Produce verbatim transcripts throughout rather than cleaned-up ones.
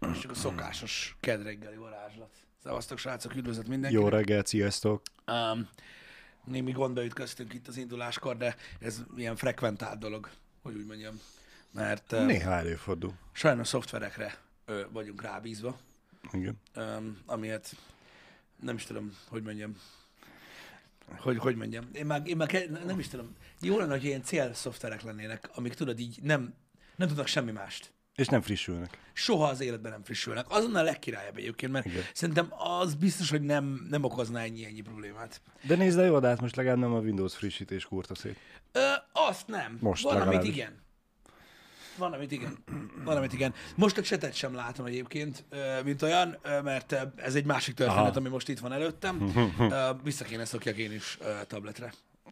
és csak a szokásos kedreggeli varázslat. Szevasztok, srácok, üdvözlet mindenki. Jó reggelt, sziasztok! Um, némi gondba ütköztünk itt az induláskor, de ez ilyen frekventált dolog, hogy úgy mondjam. Mert um, Néha előfordul. sajnos szoftverekre ö, vagyunk rábízva, Igen. um, amiért nem is tudom, hogy mondjam. Hogy, hogy mondjam. Én már, én már ke- nem is tudom. Jó lenne, hogy ilyen célszoftverek lennének, amik tudod így nem, nem tudnak semmi mást. És nem frissülnek. Soha az életben nem frissülnek. Azonnal a legkirályabb egyébként, mert Igen. szerintem az biztos, hogy nem, nem okozna ennyi-ennyi problémát. De nézd el, jó, de hát most legalább nem a Windows frissítés kurta szét. Ö, azt nem. Most Van, amit legalábbis. igen. Van, amit igen. Van, amit igen. Most a chatet sem látom egyébként, ö, mint olyan, ö, mert ö, ez egy másik történet, Aha. ami most itt van előttem. Ö, Vissza kéne szokjak én is ö, tabletre.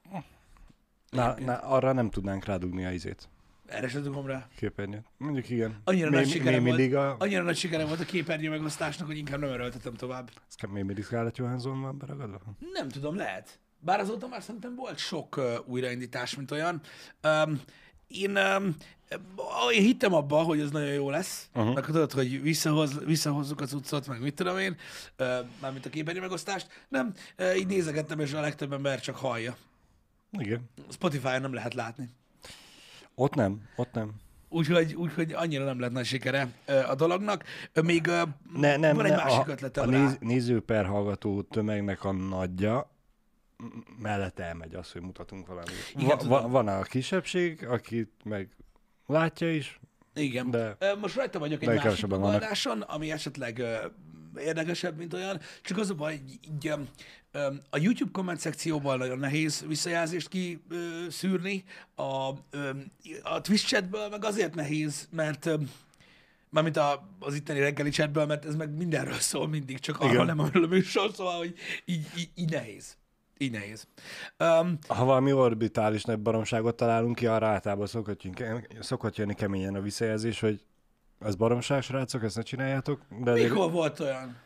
Na, na, arra nem tudnánk rádugni a izét. Erre sem tudom rá. Képernyőt. Mondjuk igen. Annyira Még- nagy sikere még volt, mindig a... annyira nagy sikere volt a képernyő megosztásnak, hogy inkább nem erőltetem tovább. Ez még mindig Scarlett Johansson van beragadva? Nem tudom, lehet. Bár azóta már szerintem volt sok uh, újraindítás, mint olyan. Um, én, um, én hittem abba, hogy ez nagyon jó lesz. Uh-huh. Meg tudod, hogy visszahoz, visszahozzuk az utcot, meg mit tudom én, uh, mármint a képernyő megosztást. Nem, uh, így nézegettem, és a legtöbb ember csak hallja. Igen. Spotify-on nem lehet látni. Ott nem, ott nem. Úgyhogy, úgyhogy annyira nem lett nagy sikere uh, a dolognak. Uh, még uh, Ne, nem, van egy ne, másik a, ötletem a rá. néz, néző per hallgató tömegnek a nagyja m- mellett elmegy az, hogy mutatunk valamit. Igen, Va, tudom. va, van a kisebbség, akit meg látja is, Igen. de- Ö, Most rajta vagyok egy de másik kevesebben vannak. megoldáson, ami esetleg ö, érdekesebb, mint olyan. Csak az a baj, hogy így, ö, ö, a YouTube komment szekcióban nagyon nehéz visszajelzést kiszűrni, a, ö, a Twitch chatből meg azért nehéz, mert ö, mármint a, az itteni reggeli chatből, mert ez meg mindenről szól mindig, csak arról Igen. nem amiről a műsor, szóval, hogy így, így, így nehéz. Így nehéz. Um, ha valami orbitális nagy baromságot találunk ki, arra általában szokott, jönni- szokott jönni keményen a visszajelzés, hogy ez baromság, srácok, ezt ne csináljátok, de azért mikor volt olyan?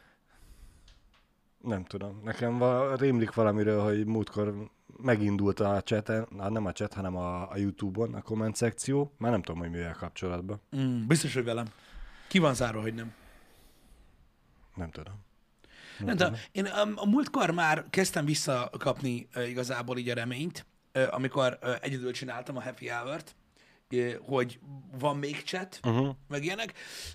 nem tudom. Nekem va- rémlik valamiről, hogy múltkor megindult a chaten, na, nem a chat, hanem a, a YouTube-on a komment szekció, már nem tudom, hogy mivel kapcsolatban. Mm, biztos, hogy velem. Ki van zárva, hogy nem. Nem tudom. Nem tudom, én um, a múltkor már kezdtem visszakapni uh, igazából így a reményt, uh, amikor uh, egyedül csináltam a Happy Hour-t, uh, hogy van még chat, Uh-huh. meg ilyenek,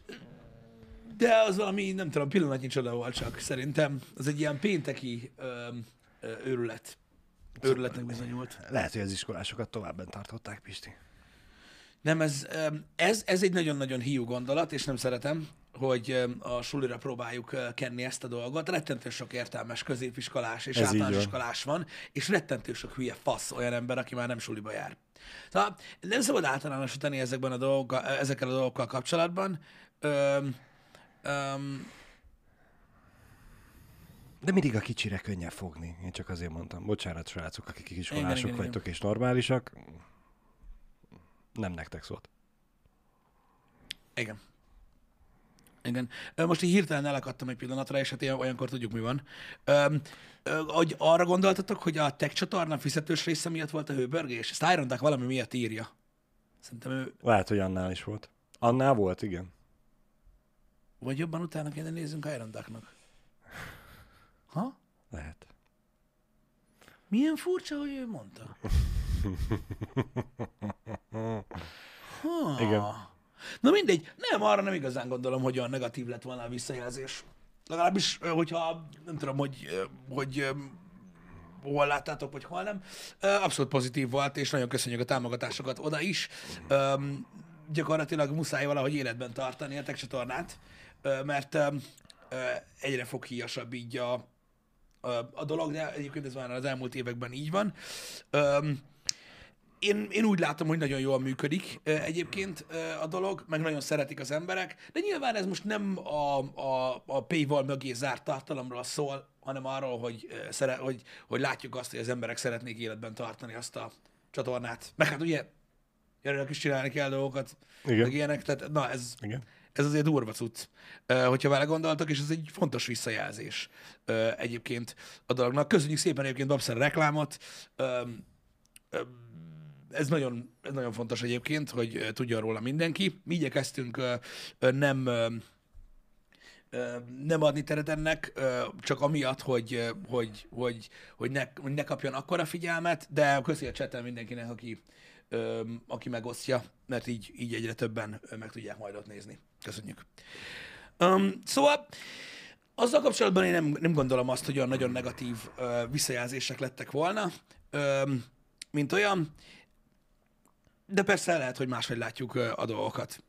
de az valami, nem tudom, pillanatnyi csoda volt csak szerintem. Az egy ilyen pénteki um, uh, őrület. Őrületnek bizonyult. Lehet, hogy az iskolásokat továbben tartották, Pisti. Nem, ez, um, ez, ez egy nagyon-nagyon hiú gondolat, és nem szeretem, hogy um, a sulira próbáljuk uh, kenni ezt a dolgot. Rettentő sok értelmes középiskolás és Ez így általános van. iskolás van, és rettentő sok hülye fasz olyan ember, aki már nem suliba jár. Szóval nem szabad általánosítani ezekben a dolgokkal, ezekkel a dolgokkal kapcsolatban. Um, um, De mindig a kicsire könnyebb fogni. Én csak azért mondtam. Bocsánat, srácok, akik Igen, iskolások igen, vagytok és normálisak. Nem nektek szólt. igen. Igen. Ö, Most így hirtelen elakadtam egy pillanatra, és hát ilyen, olyankor tudjuk, mi van. Öm, ö, hogy arra gondoltatok, hogy a tech csatorna fizetős része miatt volt a hőbörgés? Ezt Iron Duck valami miatt írja. Szerintem ő, Lehet, hogy annál is volt. Annál volt, igen. vagy jobban utána kéne nézzünk Iron Ducknak. Ha? Lehet. Milyen furcsa, hogy ő mondta. Ha. Igen. Na mindegy, nem, arra nem igazán gondolom, hogy olyan negatív lett volna a visszajelzés. Legalábbis, ö, hogyha nem tudom, hogy, ö, hogy ö, hol láttátok, vagy hol nem. Ö, Abszolút pozitív volt, és nagyon köszönjük a támogatásokat oda is. Öm, Gyakorlatilag muszáj valahogy életben tartani a tech csatornát, ö, mert ö, ö, egyre foghíjasabb így a, a, a dolog, de egyébként ez már az elmúlt években így van. Öm, Én, én úgy látom, hogy nagyon jól működik ö, egyébként ö, a dolog, meg nagyon szeretik az emberek, de nyilván ez most nem a, a, a paywall mögé zárt tartalomról szól, hanem arról, hogy, ö, szere, hogy, hogy látjuk azt, hogy az emberek szeretnék életben tartani azt a csatornát. Meg hát ugye, jelenleg is csinálni kell dolgokat, Igen. meg ilyenek, tehát na ez, Igen. ez azért durva cucc, ö, hogyha vele gondoltok, és ez egy fontos visszajelzés ö, egyébként a dolognak. Köszönjük szépen egyébként Babszer a reklámot, ö, ö, ez nagyon, ez nagyon fontos egyébként, hogy ö, tudjon róla mindenki. Mi igyekeztünk ö, ö, nem, ö, ö, nem adni teret ennek, ö, csak amiatt, hogy, ö, hogy, hogy, hogy, ne, hogy ne kapjon akkora figyelmet, de köszi a chaten mindenkinek, aki, ö, aki megosztja, mert így, így egyre többen ö, meg tudják majd ott nézni. Köszönjük. Um, szóval azzal kapcsolatban én nem, nem gondolom azt, hogy olyan nagyon negatív ö, visszajelzések lettek volna, ö, mint olyan, de persze lehet, hogy máshogy látjuk ö, a dolgokat.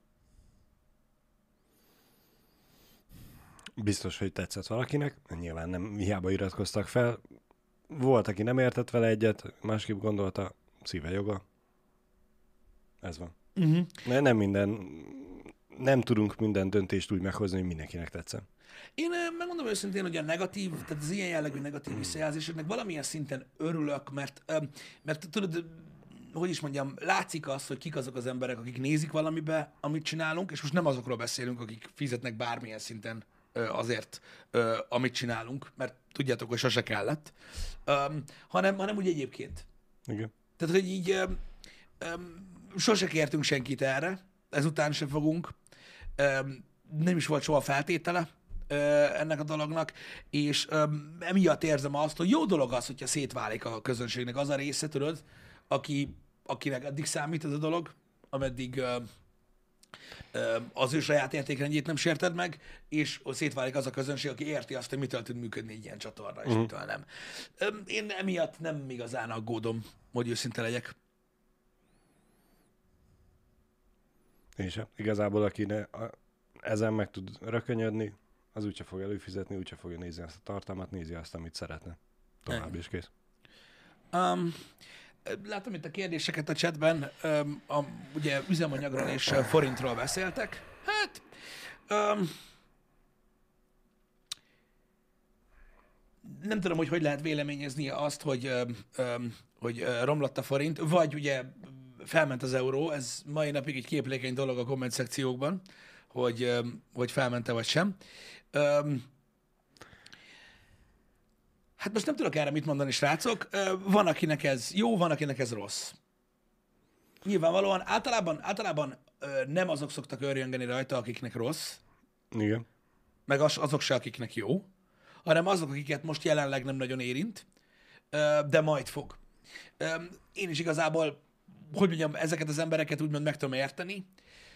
Biztos, hogy tetszett valakinek, nyilván nem hiába iratkoztak fel. Volt, aki nem értett vele egyet, másképp gondolta, szíve joga. Ez van. Uh-huh. De nem minden, nem tudunk minden döntést úgy meghozni, hogy mindenkinek tetszen. Én ö, megmondom őszintén, hogy a negatív, tehát az ilyen jellegű negatív visszajelzéseknek valamilyen szinten örülök, mert, ö, mert tudod, hogy is mondjam, látszik az, hogy kik azok az emberek, akik nézik valamibe, amit csinálunk, és most nem azokról beszélünk, akik fizetnek bármilyen szinten ö, azért, ö, amit csinálunk, mert tudjátok, hogy sose kellett, ö, hanem, hanem úgy egyébként. Igen. Tehát, hogy így ö, ö, sose kértünk senkit erre, ezután se fogunk, ö, nem is volt soha feltétele ö, ennek a dolognak, és ö, emiatt érzem azt, hogy jó dolog az, hogyha szétválik a közönségnek az a része, tudod, aki, akinek eddig számít ez a dolog, ameddig ö, ö, az ő saját értékrendjét nem sérted meg, és szétválik az a közönség, aki érti azt, hogy mitől tud működni egy ilyen csatorna, és uh-huh. mitől nem. Ö, én emiatt nem igazán aggódom, hogy őszinte legyek. Én sem. Igazából, aki ne, a, ezen meg tud rökönyödni, az úgyse fog előfizetni, úgyse fogja nézni azt a tartalmat, nézi azt, amit szeretne. Tovább is kész. Um, látom itt a kérdéseket a chatben, um, a, ugye üzemanyagról és uh, forintról beszéltek. Hát, um, nem tudom, hogy hogy lehet véleményezni azt, hogy, um, hogy uh, romlott a forint, vagy ugye felment az euró, ez mai napig egy képlékeny dolog a komment szekciókban, hogy, um, hogy felmente vagy sem. Um, Hát most nem tudok erre mit mondani, srácok. Van, akinek ez jó, van, akinek ez rossz. Nyilvánvalóan általában, általában nem azok szoktak örjöngeni rajta, akiknek rossz, Igen. meg az, azok se, akiknek jó, hanem azok, akiket most jelenleg nem nagyon érint, de majd fog. Én is igazából, hogy mondjam, ezeket az embereket úgymond meg tudom érteni.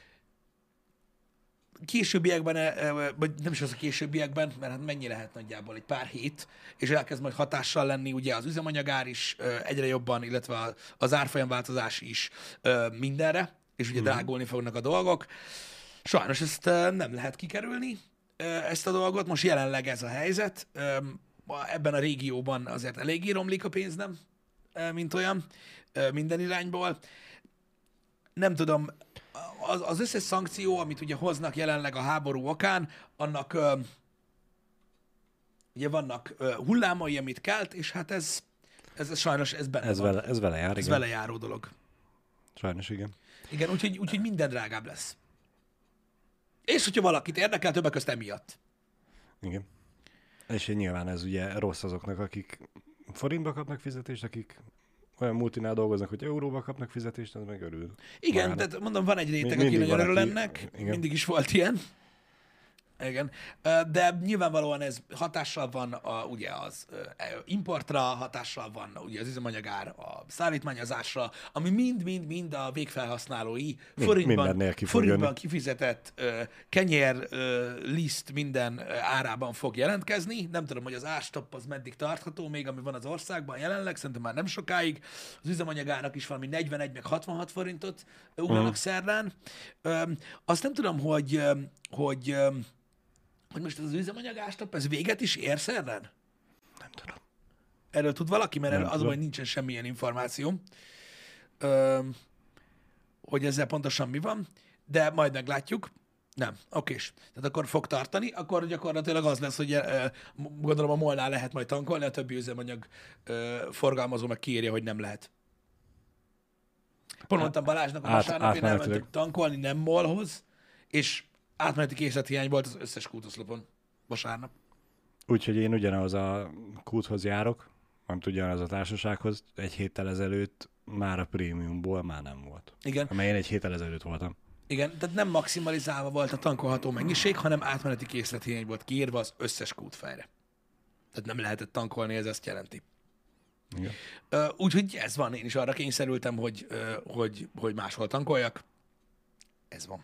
Későbbiekben, vagy nem is az a későbbiekben, mert hát mennyi lehet nagyjából, egy pár hét, és elkezd majd hatással lenni ugye az üzemanyagár is egyre jobban, illetve az árfolyamváltozás is mindenre, és ugye drágulni fognak a dolgok. Sajnos ezt nem lehet kikerülni, ezt a dolgot. Most jelenleg ez a helyzet. Ebben a régióban azért eléggé romlik a pénz, nem? Mint olyan, minden irányból. Nem tudom, az, az összes szankció, amit ugye hoznak jelenleg a háború okán, annak ö, ugye vannak ö, hullámai, amit kelt, és hát ez, ez, ez sajnos ez benne Ez van. vele, ez vele jár, Ez igen. vele járó dolog. Sajnos igen. Igen, úgyhogy, úgyhogy minden drágább lesz. És hogyha valakit érdekel, többek közt emiatt. Igen. És nyilván ez ugye rossz azoknak, akik forintba kapnak fizetést, akik olyan multinál dolgoznak, hogy euróba kapnak fizetést, az meg örül. Igen, Már tehát mondom, van egy réteg, mindig aki nagyon örül valaki- ennek, igen. mindig is volt ilyen. Igen, de nyilvánvalóan ez hatással van a, ugye az ö, importra, hatással van ugye az üzemanyagár a szállítmányozásra, ami mind-mind-mind a végfelhasználói forintban, mindennél ki fog forintban jönni. kifizetett ö, kenyér, ö, liszt minden ö, árában fog jelentkezni. Nem tudom, hogy az árstopp az meddig tartható még, ami van az országban jelenleg, szerintem már nem sokáig. Az üzemanyagának is valami negyvenegy meg hatvanhat forintot ugranak Mhm. szerdán. Ö, azt nem tudom, hogy, ö, hogy ö, hogy most ez az üzemanyagástop, ez véget is ér szerdán? Nem tudom. Erről tud valaki? Mert Nem erről az, tudom. hogy nincsen semmilyen információ, ö, hogy ezzel pontosan mi van, de majd meglátjuk. Nem, okés. Tehát akkor fog tartani, akkor gyakorlatilag az lesz, hogy ö, gondolom a molnál lehet majd tankolni, a többi üzemanyag ö, forgalmazó meg kiírja, hogy nem lehet. Pont mondtam Balázsnak a át- vasárnap, én átmenetileg. elmentem tankolni nem molhoz, és átmeneti készlethiány volt az összes kútoszlopon vasárnap. Úgyhogy én ugyanaz a kúthoz járok, nem ugyanaz a társasághoz, egy héttel ezelőtt már a prémiumból már nem volt. Igen. Amelyen egy héttel ezelőtt voltam. Igen, tehát nem maximalizálva volt a tankolható mennyiség, hanem átmeneti készlethiány volt kiírva az összes kútfejre. Tehát nem lehetett tankolni, ez ezt jelenti. Igen. Uh, úgyhogy ez van, én is arra kényszerültem, hogy, uh, hogy, hogy máshol tankoljak. Ez van.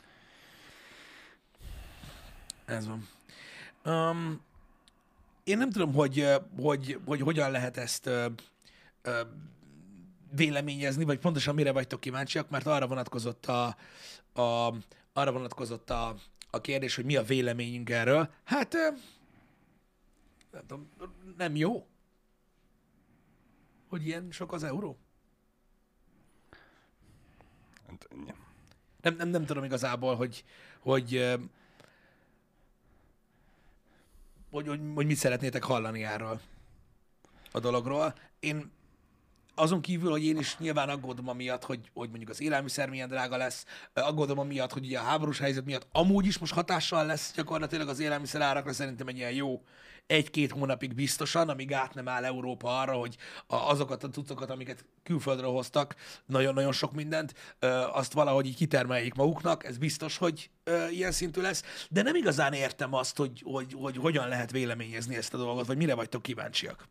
Ez van. Um, én nem tudom, hogy, hogy, hogy hogyan lehet ezt uh, uh, véleményezni, vagy pontosan mire vagytok kíváncsiak, mert arra vonatkozott a, a, arra vonatkozott a, a kérdés, hogy mi a véleményünk erről. Hát uh, nem tudom, nem jó, hogy ilyen sok az euró. Hát, ja. Nem, nem, nem tudom igazából, hogy, hogy, uh, hogy, hogy, hogy mit szeretnétek hallani erről a dologról. Én azon kívül, hogy én is nyilván aggódom amiatt, hogy, hogy mondjuk az élelmiszer milyen drága lesz, aggódom amiatt, hogy ugye a háborús helyzet miatt amúgy is most hatással lesz gyakorlatilag az élelmiszer árakra, szerintem egy ilyen jó egy-két hónapig biztosan, amíg át nem áll Európa arra, hogy a, azokat a cuccokat, amiket külföldről hoztak, nagyon-nagyon sok mindent, azt valahogy így kitermeljék maguknak, ez biztos, hogy ilyen szintű lesz, de nem igazán értem azt, hogy, hogy, hogy hogyan lehet véleményezni ezt a dolgot, vagy mire vagytok kíváncsiak.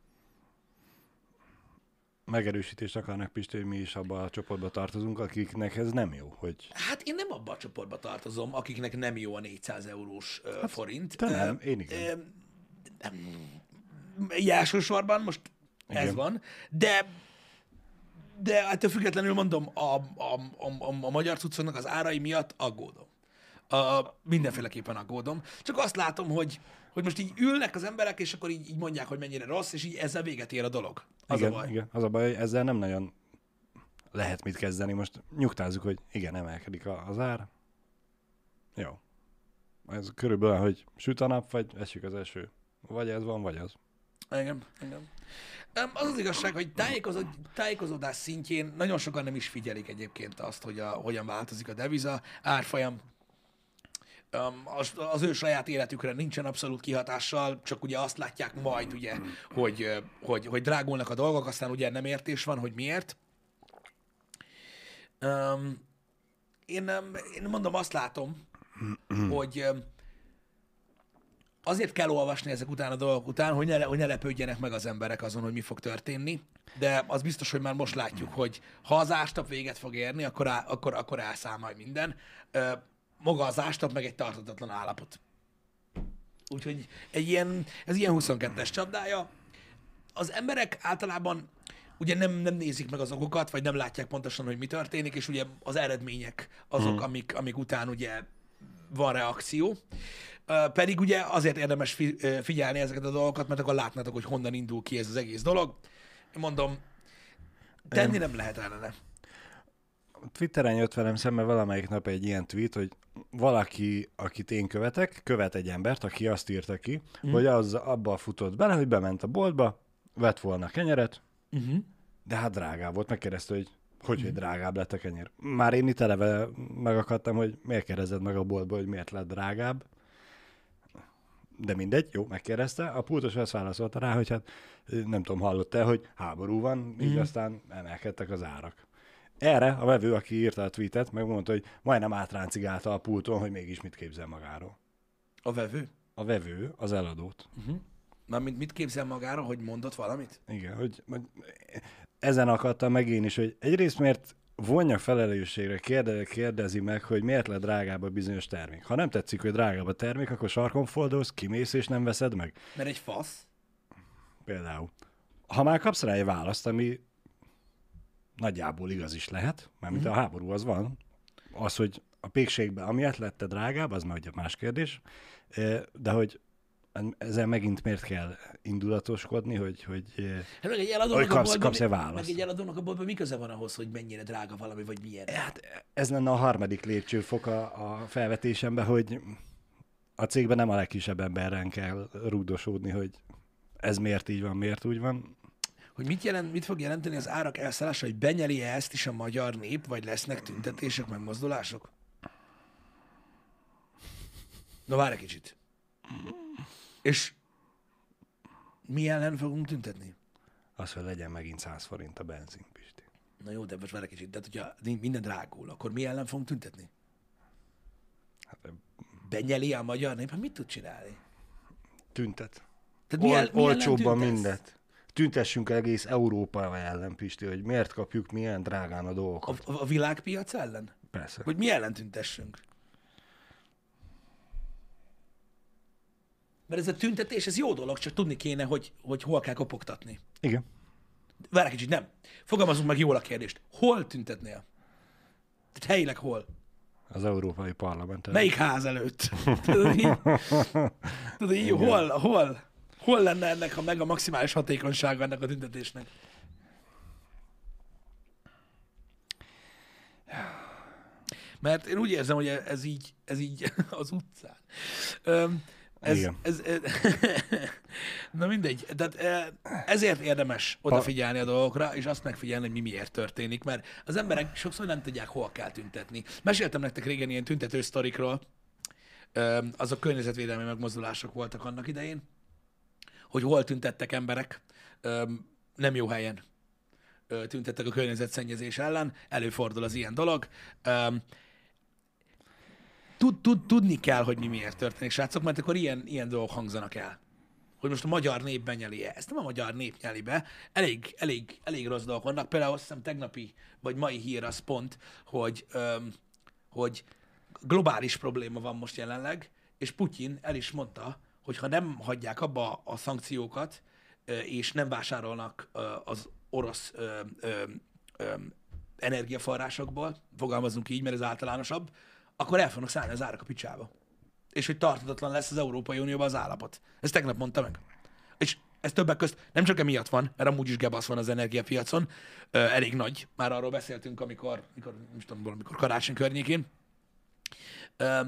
Megerősítést akarnak, Pisti, hogy mi is abba a csoportba tartozunk, akiknek ez nem jó, hogy... Hát én nem abba a csoportba tartozom, akiknek nem jó a négyszáz eurós uh, hát, forint. Te nem, én igen. Uh, elsősorban most igen. Ez van, de de ettől függetlenül mondom, a, a, a, a, a magyar cuccoknak az árai miatt aggódom. Uh, mindenféleképpen aggódom. Csak azt látom, hogy, hogy most így ülnek az emberek, és akkor így, így mondják, hogy mennyire rossz, és így ezzel véget ér a dolog. Az igen, a baj. Igen, az a baj, hogy ezzel nem nagyon lehet mit kezdeni. Most nyugtázzuk, hogy igen, emelkedik az ár. Jó. Ez körülbelül, hogy süt a nap, vagy esik az eső. Vagy ez van, vagy az. Igen, igen. Az az igazság, hogy tájékozó, tájékozódás szintjén nagyon sokan nem is figyelik egyébként azt, hogy a, hogyan változik a deviza árfolyam. Az, az ő saját életükre nincsen abszolút kihatással, csak ugye azt látják majd, ugye, hogy, hogy, hogy drágulnak a dolgok, aztán ugye nem értés van, hogy miért. Um, én, én mondom, azt látom, hogy azért kell olvasni ezek után a dolgok után, hogy ne, hogy ne lepődjenek meg az emberek azon, hogy mi fog történni, de az biztos, hogy már most látjuk, hogy ha az ástap véget fog érni, akkor, á, akkor, akkor elszáll majd minden. Maga az ástap meg egy tartatatlan állapot. Úgyhogy egy ilyen, ez ilyen huszonkettes csapdája. Az emberek általában ugye nem, nem nézik meg az okokat, vagy nem látják pontosan, hogy mi történik, és ugye az eredmények azok, hmm. amik, amik után ugye van reakció. Uh, pedig ugye azért érdemes fi, uh, figyelni ezeket a dolgokat, mert akkor látnátok, hogy honnan indul ki ez az egész dolog. Én mondom, tenni um, nem lehet ellene. Twitteren jött velem szembe valamelyik nap egy ilyen tweet, hogy valaki, akit én követek, követ egy embert, aki azt írta ki, mm. hogy az abba futott bele, hogy bement a boltba, vett volna kenyeret, mm-hmm. de hát drágább volt. Megkérdezte, hogy hogy, mm. hogy drágább lett a kenyér. Már én itt eleve megakadtam, hogy miért kérdezed meg a boltba, hogy miért lett drágább. De mindegy, jó, megkérdezte. A pultos azt válaszolta rá, hogy hát nem tudom, hallott-e, hogy háború van, mm. így aztán emelkedtek az árak. Erre a vevő, aki írta a tweetet, megmondta, hogy majdnem átráncigálta a pulton, hogy mégis mit képzel magáról. A vevő? A vevő, az eladót. Uh-huh. Mármint mit képzel magáról, hogy mondott valamit? Igen, hogy ezen akadtam meg én is, hogy egyrészt miért vonja felelősségre, kérde, kérdezi meg, hogy miért lett drágább a bizonyos termék. Ha nem tetszik, hogy drágább a termék, akkor sarkon fordulsz, kimész és nem veszed meg. Mert egy fasz? Például. Ha már kapsz rá egy választ, ami nagyjából igaz is lehet, mert mint uh-huh. a háború az van, az, hogy a pékségben amiatt lett drágább, az már ugye más kérdés, de hogy ezzel megint miért kell indulatoskodni, hogy, hogy, hát meg egy hogy kapsz, kapsz egy választ. Meg egy eladónak a boltban mi köze van ahhoz, hogy mennyire drága valami, vagy milyen? Hát ez lenne a harmadik lépcsőfok a, a felvetésemben, hogy a cégben nem a legkisebb emberren kell rúdosódni, hogy ez miért így van, miért úgy van. Hogy mit, jelent, mit fog jelenteni az árak elszállása, hogy benyeli-e ezt is a magyar nép, vagy lesznek tüntetések, meg mozdulások? Na várj egy kicsit. És mi ellen fogunk tüntetni? Az, hogy legyen megint száz forint a benzin, Pisti. Na jó, de most várj egy kicsit. De hogyha minden drágul, akkor mi ellen fogunk tüntetni? Benyeli a magyar nép, hát mit tud csinálni? Tüntet. Tehát Ol, milyen, milyen olcsóbban mindet. Tüntessünk egész Európa ellen, Pisti, hogy miért kapjuk milyen drágán a dolgokat. A, a világpiac ellen? Persze. Hogy mi ellen tüntessünk? Mert ez a tüntetés, ez jó dolog, csak tudni kéne, hogy, hogy hol kell kopogtatni. Igen. Várj egy kicsit, nem. Fogalmazunk meg jól a kérdést. Hol tüntetnél? Tehát helyileg hol? Az Európai Parlamenten. Melyik ház előtt? Tudod, így, tudod, így hol, hol? Hol lenne ennek a meg a maximális hatékonysága ennek a tüntetésnek? Mert én úgy érzem, hogy ez így, ez így az utcán. Öm, Ez, ez, ez, na mindegy, tehát ezért érdemes odafigyelni a dolgokra, és azt megfigyelni, hogy mi miért történik, mert az emberek sokszor nem tudják, hol kell tüntetni. Meséltem nektek régen ilyen tüntető sztorikról, azok környezetvédelmi megmozdulások voltak annak idején, hogy hol tüntettek emberek, nem jó helyen tüntettek a környezetszennyezés ellen, előfordul az ilyen dolog. Tud, tud, tudni kell, hogy mi miért történik, srácok, mert akkor ilyen, ilyen dolgok hangzanak el. Hogy most a magyar nép benyeli-e. Ezt nem a magyar nép nyeli be. Elég, elég, elég rossz dolgok vannak. Például azt hiszem tegnapi, vagy mai hír az pont, hogy, öm, hogy globális probléma van most jelenleg, és Putyin el is mondta, hogy ha nem hagyják abba a szankciókat, és nem vásárolnak az orosz öm, öm, öm, energiaforrásokból, fogalmazunk így, mert ez általánosabb, akkor el fognak szállni az árak a picsába. És hogy tartatatlan lesz az Európai Unióban az állapot. Ezt tegnap mondta meg. És ez többek közt nem csak emiatt van, mert amúgy is gebasz van az energiapiacon, ö, elég nagy. Már arról beszéltünk, amikor, amikor nem tudom, valamikor karácsony környékén. Ö,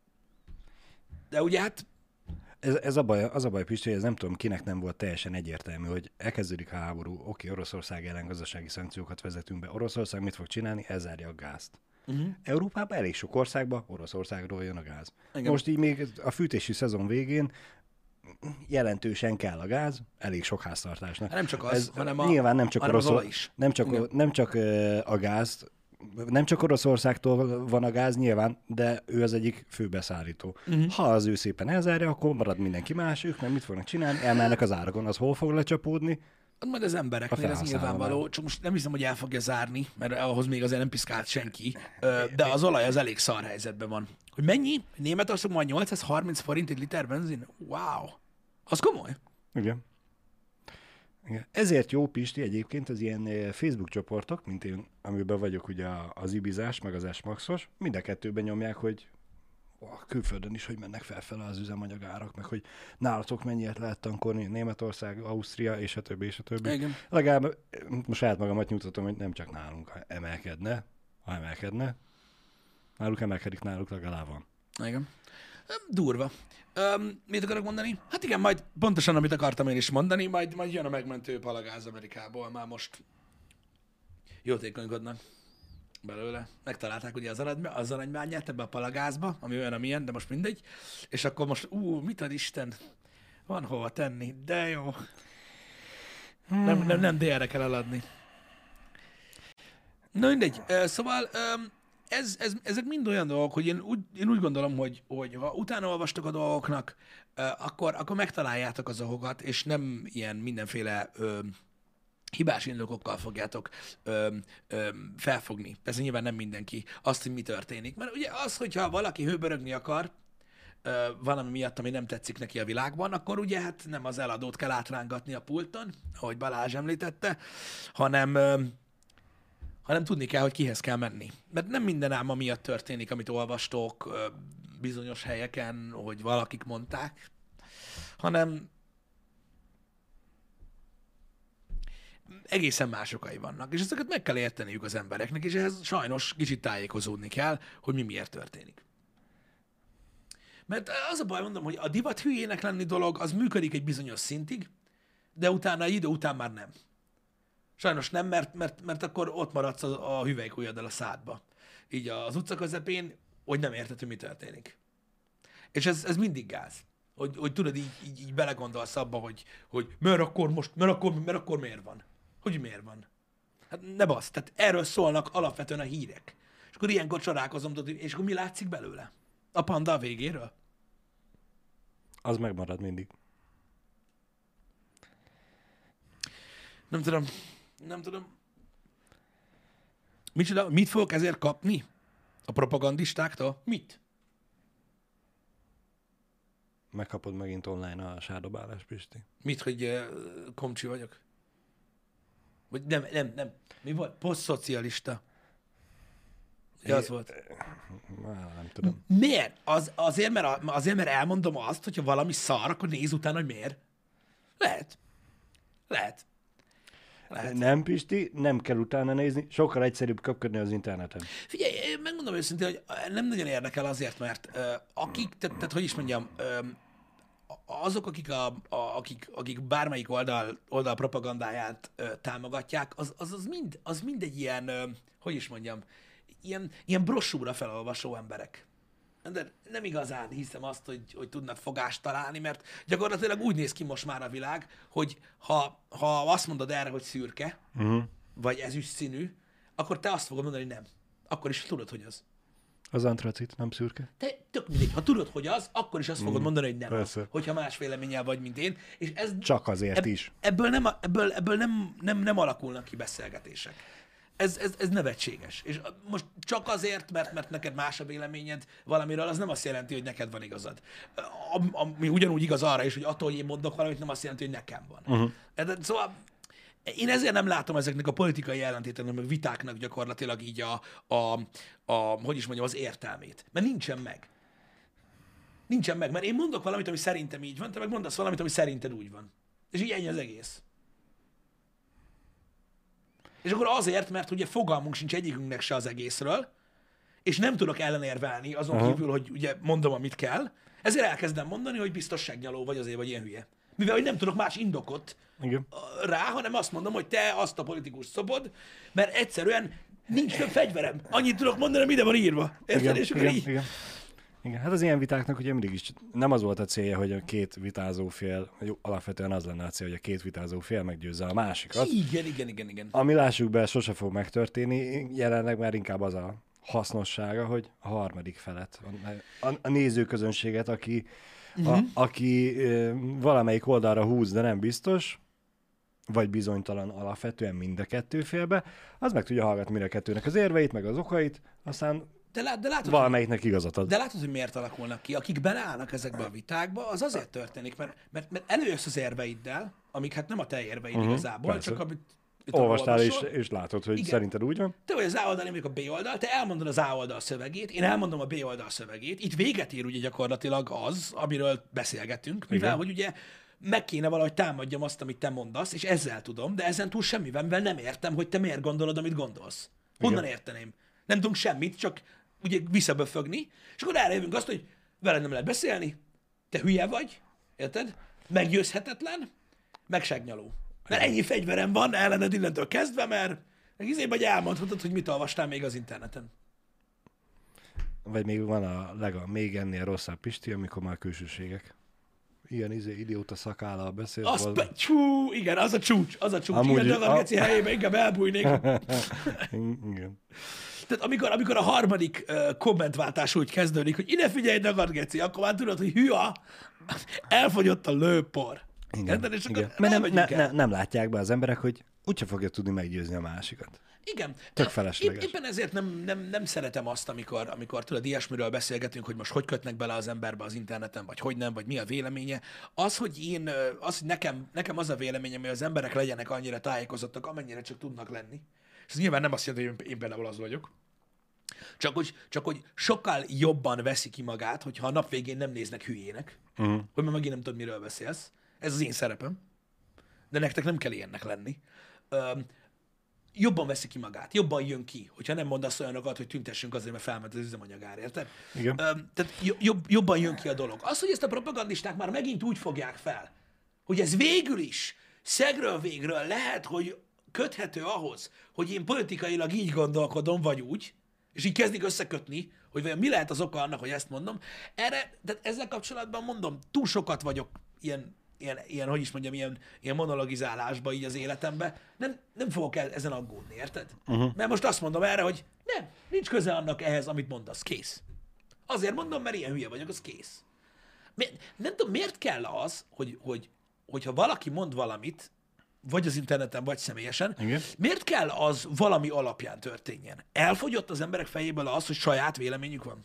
de ugye hát... Ez, ez a baj, az a baj, Pisti, hogy ez nem tudom, kinek nem volt teljesen egyértelmű, hogy elkezdődik a háború, oké, Oroszország ellen gazdasági szankciókat vezetünk be. Oroszország mit fog csinálni? Elzárja a gázt. Uh-huh. Európában elég sok országban Oroszországról jön a gáz. Igen. Most így még a fűtési szezon végén jelentősen kell a gáz, elég sok háztartásnak. Nem csak az, Ez, hanem a, nyilván nem csak, Orosz, Orosz, is. Nem csak, nem csak a gáz, nem csak Oroszországtól van a gáz nyilván, de ő az egyik főbeszállító. Uh-huh. Ha az ő szépen elzárja, akkor marad mindenki más, ők nem mit fognak csinálni, elmennek az árakon, az hol fog lecsapódni? Majd az embereknél ez nyilvánvaló, csak most nem hiszem, hogy el fogja zárni, mert ahhoz még azért nem piszkált senki, de az olaj az elég szar helyzetben van. Hogy mennyi? Németország majd nyolcszázharminc forint egy liter benzin? Wow! Az komoly. Igen. Igen. Ezért jó, Pisti, egyébként az ilyen Facebook csoportok, mint én, amiben vagyok ugye az Ibizás, meg az S-Maxos, mind a kettőben nyomják, hogy a külföldön is, hogy mennek felfele az üzemanyagárak, meg hogy nálatok mennyiért lehet tankolni, Németország, Ausztria, és a többi, és a többi. Igen. Legalább most saját magamat nyugtatom, hogy nem csak nálunk emelkedne, ha emelkedne, náluk emelkedik, náluk legalább van. Igen. Durva. Um, mit akarok mondani? Hát igen, majd pontosan, amit akartam én is mondani, majd, majd jön a megmentő palagáz Amerikából, már most jótékonykodnak belőle. Megtalálták ugye az, arany, az aranybányát ebbe a palagázba, ami olyan, amilyen, de most mindegy. És akkor most, ú, mit ad Isten? Van hova tenni, de jó. Hmm. Nem, nem, nem délre kell eladni. Na mindegy. Szóval ez, ez, ezek mind olyan dolgok, hogy én úgy, én úgy gondolom, hogy, hogy ha utána olvastok a dolgoknak, akkor, akkor megtaláljátok az okokat, és nem ilyen mindenféle ö, hibás indokokkal fogjátok ö, ö, felfogni. Persze nyilván nem mindenki azt, hogy mi történik. Mert ugye az, hogyha valaki hőbörögni akar, ö, valami miatt, ami nem tetszik neki a világban, akkor ugye hát nem az eladót kell átrángatni a pulton, ahogy Balázs említette, hanem, ö, hanem tudni kell, hogy kihez kell menni. Mert nem minden álma miatt történik, amit olvastok ö, bizonyos helyeken, hogy valakik mondták, hanem egészen más okai vannak, és ezeket meg kell érteniük az embereknek, és ehhez sajnos kicsit tájékozódni kell, hogy mi miért történik. Mert az a baj, mondom, hogy a divat hülyének lenni dolog, az működik egy bizonyos szintig, de utána, egy idő után már nem. Sajnos nem, mert, mert, mert akkor ott maradsz a, a hüvelykujjaddal a szádba. Így az utca közepén, hogy nem érted, hogy mi történik. És ez, ez mindig gáz. Hogy, hogy tudod, így, így, így belegondolsz abba, hogy, hogy mert akkor most, mert akkor, mert akkor miért van? Hogy miért van? Hát ne basz, tehát erről szólnak alapvetően a hírek. És akkor ilyenkor csodálkozom, és akkor mi látszik belőle? A panda a végéről? Az megmarad mindig. Nem tudom. Nem tudom. Micsoda, mit fogok ezért kapni? A propagandistáktól? Mit? Megkapod megint online a sárdobálás, Pisti. Mit, hogy uh, komcsi vagyok? Vagy nem, nem, nem. Mi volt? Posztszocialista. Ja, az volt. Már nem tudom. Miért? Az, azért, mert, azért, mert elmondom azt, hogyha valami szar, akkor néz utána, hogy miért. Lehet. Lehet. Lehet. Nem, Pisti, nem kell utána nézni, sokkal egyszerűbb kapkodni az interneten. Figyelj, én megmondom őszintén, hogy nem nagyon érdekel azért, mert uh, akik, tehát, tehát hogy is mondjam, um, azok, akik, a, a, akik, akik bármelyik oldal, oldal propagandáját uh, támogatják, az, az, az, mind, az mind egy ilyen, uh, hogy is mondjam, ilyen, ilyen brosúra felolvasó emberek. De nem igazán hiszem azt, hogy, hogy tudnak fogást találni, mert gyakorlatilag úgy néz ki most már a világ, hogy ha, ha azt mondod erre, hogy szürke, uh-huh. vagy ezüst színű, akkor te azt fogod mondani, hogy nem. Akkor is tudod, hogy az. Az antracit, nem szürke? Te tök mindegy, ha tudod, hogy az, akkor is azt fogod mondani, hogy nem Persze. az, hogyha más véleménnyel vagy, mint én. És ez, Csak azért eb, is. Ebből, nem, ebből, ebből nem, nem, nem alakulnak ki beszélgetések. Ez, ez, ez nevetséges. És most csak azért, mert, mert neked más a véleményed valamiről, az nem azt jelenti, hogy neked van igazad. Ami ugyanúgy igaz arra is, hogy attól, hogy én mondok valamit, nem azt jelenti, hogy nekem van. Uh-huh. Szóval én ezért nem látom ezeknek a politikai ellentéteknek, meg vitáknak gyakorlatilag így a, a, a, hogy is mondjam, az értelmét. Mert nincsen meg. Nincsen meg, mert én mondok valamit, ami szerintem így van, te meg mondasz valamit, ami szerinted úgy van. És így ennyi az egész. És akkor azért, mert ugye fogalmunk sincs egyikünknek se az egészről, és nem tudok ellenérvelni azon uh-huh. kívül, hogy ugye mondom, amit kell, ezért elkezdem mondani, hogy biztos segnyaló vagy, azért vagy ilyen hülye. Mivel hogy nem tudok más indokot Igen. rá, hanem azt mondom, hogy te azt a politikus szobod, mert egyszerűen nincs több fegyverem. Annyit tudok mondani, ami ide van írva. Érted? Igen, És akkor igen, így... igen. Igen, hát az ilyen vitáknak ugye mindig is nem az volt a célja, hogy a két vitázó fél, jó, alapvetően az lenne a cél, hogy a két vitázó fél meggyőzze a másikat. Igen, igen, igen, igen. Ami lássuk be, sose fog megtörténni, jelenleg már inkább az a hasznossága, hogy a harmadik felet, a, a nézőközönséget, aki, uh-huh. a, aki e, valamelyik oldalra húz, de nem biztos, vagy bizonytalan alapvetően mind a kettő félbe, az meg tudja hallgatni mind a kettőnek az érveit, meg az okait, aztán De, lát, de látod, valamelyiknek igazat ad. De látod, hogy miért alakulnak ki? Akik beleállnak ezekbe a vitákba, az azért történik, mert, mert, mert előjössz az érveiddel, amik hát nem a te érveid uh-huh, igazából, persze. csak amit olvastál és, és látod, hogy igen. Szerinted úgy van? Te vagy az A oldal, én vagyok a B oldal, te elmondod az A oldal szövegét, én elmondom a B oldal szövegét. Itt véget ér ugye gyakorlatilag az, amiről beszélgetünk, mivel igen. hogy ugye meg kéne valahogy támadjam azt, amit te mondasz, és ezzel tudom, de ezen túl semmivel, mivel nem értem, hogy te miért gondolod, amit gondolsz. Honnan igen. érteném? Nem tudunk semmit, csak ugye visszaböfögni, és akkor erre jövünk azt, hogy veled nem lehet beszélni, te hülye vagy, érted? Meggyőzhetetlen, meg segnyaló. Mert ennyi fegyverem van ellened innentől kezdve, mert meg izébb vagy elmondhatod, hogy mit olvastál még az interneten. Vagy még van a lega, még ennél rosszabb, Pisti, amikor már külsőségek. Ilyen izé, idióta szakállal beszél. Az be, csú, igen, az a csúcs, az a csúcs. Amúgy, igen, de a geci helyébe inkább elbújnék. Igen. Tehát amikor, amikor a harmadik uh, kommentváltás úgy kezdődik, hogy ide figyelj, Dagad geci, akkor már tudod, hogy hűha, elfogyott a lőpor. Igen, és igen. Mert nem, ne, ne, nem látják be az emberek, hogy úgyse fogja tudni meggyőzni a másikat. Igen. Tök felesleges. Éppen ezért nem, nem, nem szeretem azt, amikor, amikor tudod, ilyesmiről beszélgetünk, hogy most hogy kötnek bele az emberbe az interneten, vagy hogy nem, vagy mi a véleménye. Az, hogy én, az, hogy nekem, nekem az a véleményem, hogy az emberek legyenek annyira tájékozottak, amennyire csak tudnak lenni. És ez nyilván nem azt jelenti, hogy én például az vagyok. Csak hogy, csak hogy sokkal jobban veszi ki magát, hogyha a nap végén nem néznek hülyének, uh-huh. hogy már megint nem tudod, miről beszélsz. Ez az én szerepem. De nektek nem kell ilyennek lenni. Öm, jobban veszi ki magát, jobban jön ki, hogyha nem mondasz olyanokat, hogy tüntessünk azért, mert felment az üzemanyagár, érted? Igen. Öm, tehát jobb, jobban jön ki a dolog. Az, hogy ezt a propagandisták már megint úgy fogják fel, hogy ez végül is szegről végről lehet, hogy köthető ahhoz, hogy én politikailag így gondolkodom, vagy úgy, és így kezdik összekötni, hogy vajon mi lehet az oka annak, hogy ezt mondom. Erre, de ezzel kapcsolatban mondom, túl sokat vagyok ilyen, ilyen, ilyen hogy is mondjam, ilyen, ilyen monologizálásba így az életembe. Nem, nem fogok ezen aggódni, érted? Uh-huh. Mert most azt mondom erre, hogy nem, nincs köze annak ehhez, amit mondasz, kész. Azért mondom, mert ilyen hülye vagyok, az kész. Mi, nem tudom, miért kell az, hogy, hogy, hogyha valaki mond valamit, vagy az interneten, vagy személyesen, Igen. miért kell az valami alapján történjen? Elfogyott az emberek fejéből az, hogy saját véleményük van?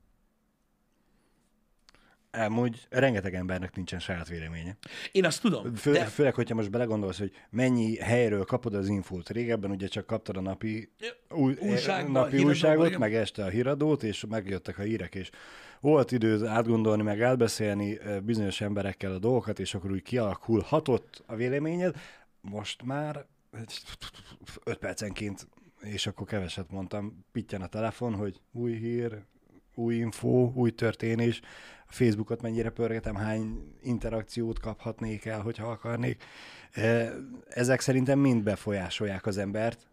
Amúgy rengeteg embernek nincsen saját véleménye. Én azt tudom, Fő, de... Főleg, hogyha most belegondolsz, hogy mennyi helyről kapod az infót. Régebben ugye csak kaptad a napi, új, Újságban, napi híradóban, újságot, igen. meg este a híradót, és megjöttek a hírek, és volt idő átgondolni, meg elbeszélni bizonyos emberekkel a dolgokat, és akkor úgy kialakulhatott a véleményed. Most már öt percenként, és akkor keveset mondtam, pittyen a telefon, hogy új hír, új info, új történés, a Facebookot mennyire pörgetem, hány interakciót kaphatnék el, hogyha akarnék. Ezek szerintem mind befolyásolják az embert,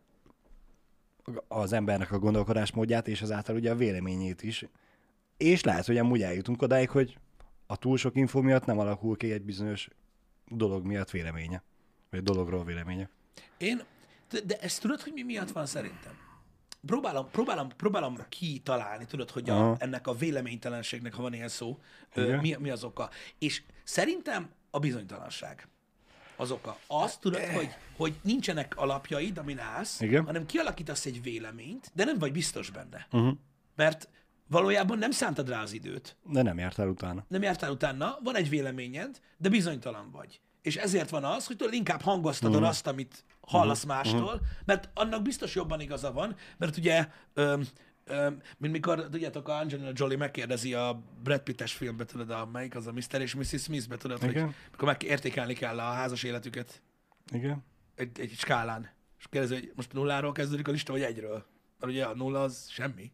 az embernek a gondolkodásmódját, és azáltal ugye a véleményét is. És lehet, hogy amúgy eljutunk odáig, hogy a túl sok info miatt nem alakul ki egy bizonyos dolog miatt véleménye. Vagy dologról véleménye. Én, de, de ezt tudod, hogy mi miatt van szerintem? Próbálom, próbálom, próbálom kitalálni, tudod, hogy a, ennek a véleménytelenségnek, ha van ilyen szó, ö, mi, mi az oka. És szerintem a bizonytalanság az oka. Azt tudod, hogy, hogy nincsenek alapjaid, amin állsz, Igen. hanem kialakítasz egy véleményt, de nem vagy biztos benne. Uh-huh. Mert valójában nem szántad rá az időt. De nem jártál utána. Nem jártál utána, van egy véleményed, de bizonytalan vagy. És ezért van az, hogy tudod, inkább hangoztatod uh-huh. azt, amit hallasz uh-huh. mástól, mert annak biztos jobban igaza van, mert ugye, öm, öm, mint mikor, tudjátok, a Angelina Jolie megkérdezi a Brad Pitt-es filmbe, tudod, a, melyik az a mister és missus Smith-be, tudod, Igen. hogy mikor meg értékelni kell a házas életüket Igen. egy, egy skálán. És kérdezi, hogy most nulláról kezdődik a lista, vagy egyről. Mert ugye a nulla az semmi.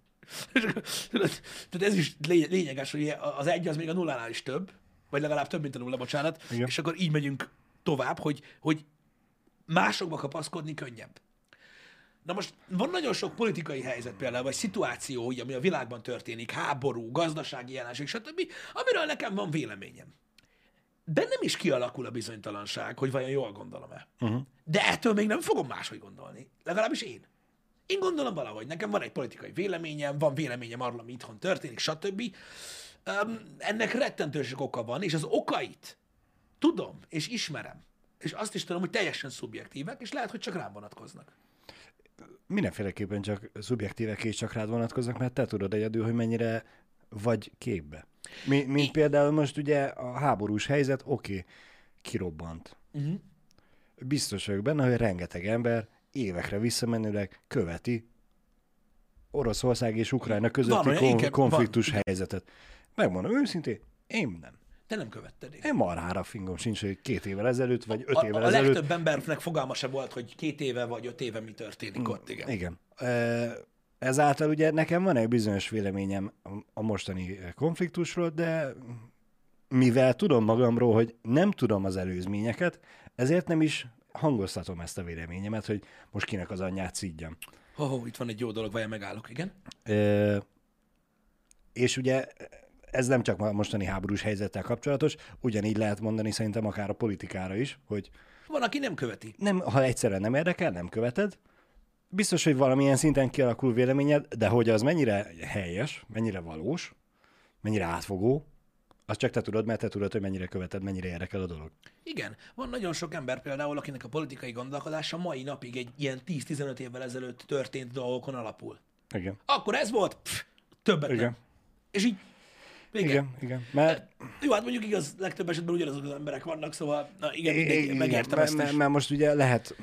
Tehát ez is lényeges, hogy az egy az még a nullánál is több, vagy legalább több, mint a nulla, bocsánat, Igen. és akkor így megyünk tovább, hogy, hogy másokba kapaszkodni könnyebb. Na most van nagyon sok politikai helyzet például, vagy szituáció, ami a világban történik, háború, gazdasági jelenség, stb., amiről nekem van véleményem. Bennem is kialakul a bizonytalanság, hogy vajon jól gondolom-e. Uh-huh. De ettől még nem fogom máshogy gondolni. Legalábbis én. Én gondolom valahogy. Nekem van egy politikai véleményem, van véleményem arról, ami itthon történik, stb. Um, ennek rettentő sok oka van, és az okait tudom, és ismerem. És azt is tudom, hogy teljesen szubjektívek, és lehet, hogy csak rám vonatkoznak. Mindenféleképpen csak szubjektívek és csak rád vonatkoznak, mert te tudod egyedül, hogy mennyire vagy képbe. Mi, mint I... például most ugye a háborús helyzet, oké, okay, kirobbant. Uh-huh. Biztos vagyok benne, hogy rengeteg ember évekre visszamenőleg követi Oroszország és Ukrajna közötti van, kon- inkább, konfliktus van. helyzetet. Megmondom őszintén, én nem. Te nem követted. Én marhára fingom sincs, hogy két évvel ezelőtt, vagy öt a, évvel a ezelőtt. A legtöbb embernek fogalma se volt, hogy két éve vagy öt éve mi történik ott, igen. Igen. Ezáltal ugye nekem van egy bizonyos véleményem a mostani konfliktusról, de mivel tudom magamról, hogy nem tudom az előzményeket, ezért nem is hangoztatom ezt a véleményemet, hogy most kinek az anyját szídjam. Ho, ho, itt van egy jó dolog, vajon megállok, igen? E, és ugye ez nem csak a mostani háborús helyzettel kapcsolatos, ugyanígy lehet mondani szerintem akár a politikára is, hogy van, aki nem követi. Nem, ha egyszerűen nem érdekel, nem követed, biztos, hogy valamilyen szinten kialakul véleményed, de hogy az mennyire helyes, mennyire valós, mennyire átfogó, azt csak te tudod, mert te tudod, hogy mennyire követed, mennyire érdekel a dolog. Igen. Van nagyon sok ember például, akinek a politikai gondolkodása mai napig egy ilyen tíz-tizenöt évvel ezelőtt történt dolgokon alapul. Igen. Akkor ez volt, pff, többet igen. nem. És így, igen. Igen, igen. Mert... Jó, hát mondjuk igaz, legtöbb esetben ugyanazok az emberek vannak, szóval na, igen, mindegy, igen, megértem mert, ezt is. mert most ugye lehet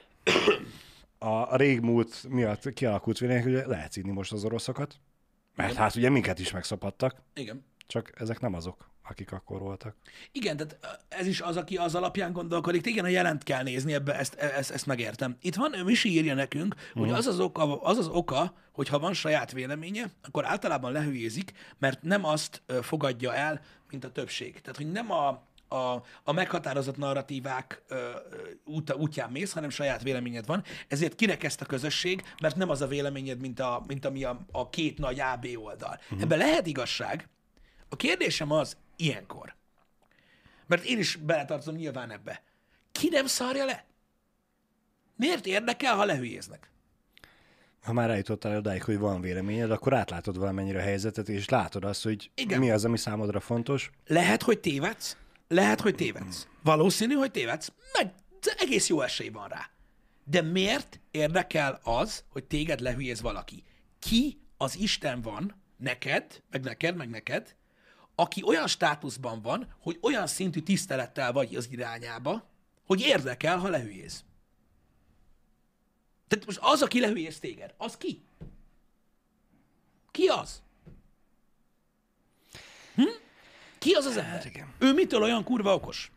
a, a régmúlt miatt kialakult vélemény, hogy lehet szídni most az oroszokat, mert igen. Hát ugye minket is megszapadtak. Igen. Csak ezek nem azok, akik akkor voltak. Igen, tehát ez is az, aki az alapján gondolkodik. Igen, a jelent kell nézni, ebbe ezt, ezt, ezt megértem. Itt van, Misi írja nekünk, hogy uh-huh. az, az, oka, az az oka, hogy ha van saját véleménye, akkor általában lehülyézik, mert nem azt fogadja el, mint a többség. Tehát, hogy nem a, a, a meghatározott narratívák út, útján mész, hanem saját véleményed van. Ezért kirekeszt a közösség, mert nem az a véleményed, mint, a, mint ami a, a két nagy á bé oldal. Uh-huh. Ebben lehet igazság. A kérdésem az ilyenkor, mert én is beletartozom nyilván ebbe. Ki nem szarja le? Miért érdekel, ha lehülyéznek? Ha már eljutottál odáig, hogy van véleményed, akkor átlátod valamennyire a helyzetet, és látod azt, hogy Igen. mi az, ami számodra fontos. Lehet, hogy tévedsz, lehet, hogy tévedsz. Valószínű, hogy tévedsz, meg egész jó esély van rá. De miért érdekel az, hogy téged lehülyéz valaki? Ki az Isten van neked, meg neked, meg neked, aki olyan státuszban van, hogy olyan szintű tisztelettel vagy az irányába, hogy érdekel, ha lehülyéz. Tehát most az, aki lehülyéz téged, az ki? Ki az? Hm? Ki az az ember? igen. Ő mitől olyan kurva okos?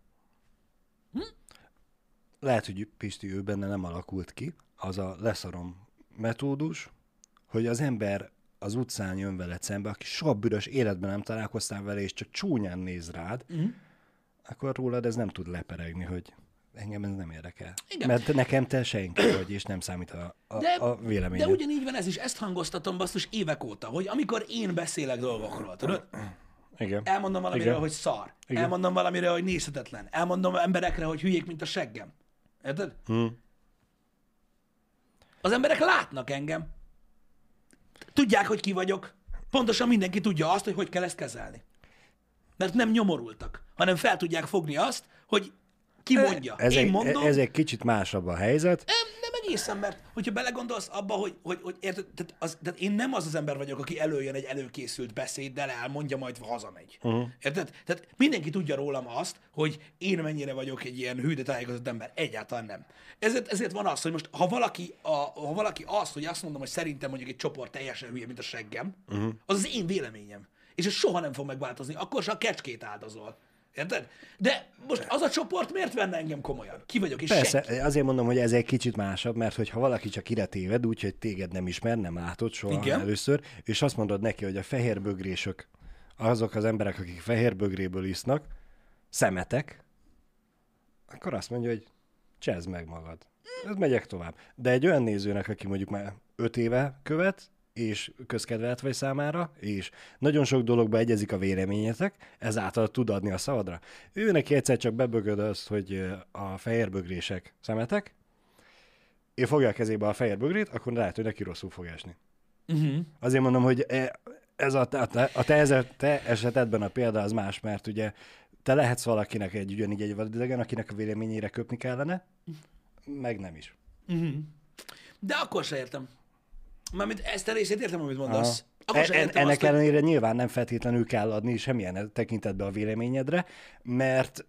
Lehet, hogy Pisti, ő benne nem alakult ki, az a leszarom metódus, hogy az ember az utcán jön veled szembe, aki soha büdös életben nem találkoztál vele, és csak csúnyán néz rád, Mm. akkor rólad ez nem tud leperegni, hogy engem ez nem érdekel. Igen. Mert nekem te senki vagy, és nem számít a, a, De, a véleményed. de ugyanígy van ez is, ezt hangoztatom basszus évek óta, hogy amikor én beszélek dolgokról, tudod? Igen. Elmondom valamiről, Igen. hogy szar. Igen. Elmondom valamiről, hogy nézhetetlen. Elmondom emberekre, hogy hülyék, mint a seggem. Érted? Hmm. Az emberek látnak engem. Tudják, hogy ki vagyok. Pontosan mindenki tudja azt, hogy hogy kell ezt kezelni. Mert nem nyomorultak, hanem fel tudják fogni azt, hogy ki mondja. Ez, Én egy, mondom, ez egy kicsit másabb a helyzet. nem, nem egészen, mert hogyha belegondolsz abba, hogy, hogy, hogy érted, tehát, az, tehát én nem az az ember vagyok, aki előjön egy előkészült beszéddel, elmondja, majd hazamegy. Uh-huh. Érted? Tehát mindenki tudja rólam azt, hogy én mennyire vagyok egy ilyen hű, de tájékozott ember. Egyáltalán nem. Ezért, ezért van az, hogy most ha valaki, a, ha valaki azt, hogy azt mondom, hogy szerintem mondjuk egy csoport teljesen hülye, mint a seggem, uh-huh. az az én véleményem. És ez soha nem fog megváltozni. Akkor se a kecskét áldozol. Érted? De most az a csoport miért venne engem komolyan? Ki vagyok, és Persze, senki. azért mondom, hogy ez egy kicsit másabb, mert hogyha valaki csak ide téved, úgyhogy téged nem ismer, nem látod soha Igen. először, és azt mondod neki, hogy a fehér bögrésök, azok az emberek, akik fehér bögréből isznak, szemetek, akkor azt mondja, hogy csezd meg magad. Ez megyek tovább. De egy olyan nézőnek, aki mondjuk már öt éve követ, és közkedvelt vagy számára, és nagyon sok dologba egyezik a véleményetek, ezáltal tud adni a szavadra. Ő neki egyszer csak bebögöd azt, hogy a fehér bögrések szemetek, ő fogja a kezébe a fehér bögrét, akkor lehet, hogy neki rosszul fog esni. Uh-huh. Azért mondom, hogy ez a, a, te, a te, te esetedben a példa az más, mert ugye te lehetsz valakinek egy ugyanígy egy vadidegen, akinek a véleményére köpni kellene, meg nem is. Uh-huh. De akkor se értem. Mármint ezt a részét értem, amit mondasz. Akkor E- se en- értem ennek azt, hogy... ellenére nyilván nem feltétlenül kell adni semmilyen tekintetbe a véleményedre, mert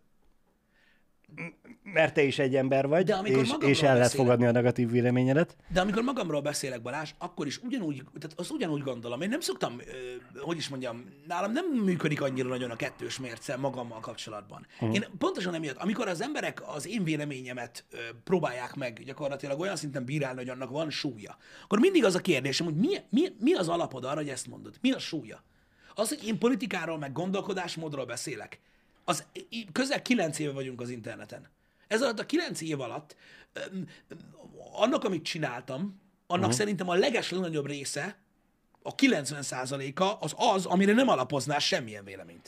mert te is egy ember vagy, De amikor és, magamról és el lehet beszélek- fogadni a negatív véleményedet. De amikor magamról beszélek, Balázs, akkor is ugyanúgy, tehát azt ugyanúgy gondolom. Én nem szoktam, ö, hogy is mondjam, nálam nem működik annyira nagyon a kettős mérce magammal kapcsolatban. Uh-huh. Én pontosan emiatt, amikor az emberek az én véleményemet ö, próbálják meg gyakorlatilag olyan szinten bírálni, hogy annak van súlya, akkor mindig az a kérdésem, hogy mi, mi, mi az alapod arra, hogy ezt mondod? Mi a súlya? Az, hogy én politikáról, meg gondolkodásmódról beszélek, az í- közel kilenc éve vagyunk az interneten. Ez alatt a kilenc év alatt öm, öm, annak, amit csináltam, annak uh-huh. szerintem a legeslegnagyobb része, a kilencven százaléka az az, amire nem alapoznál semmilyen véleményt.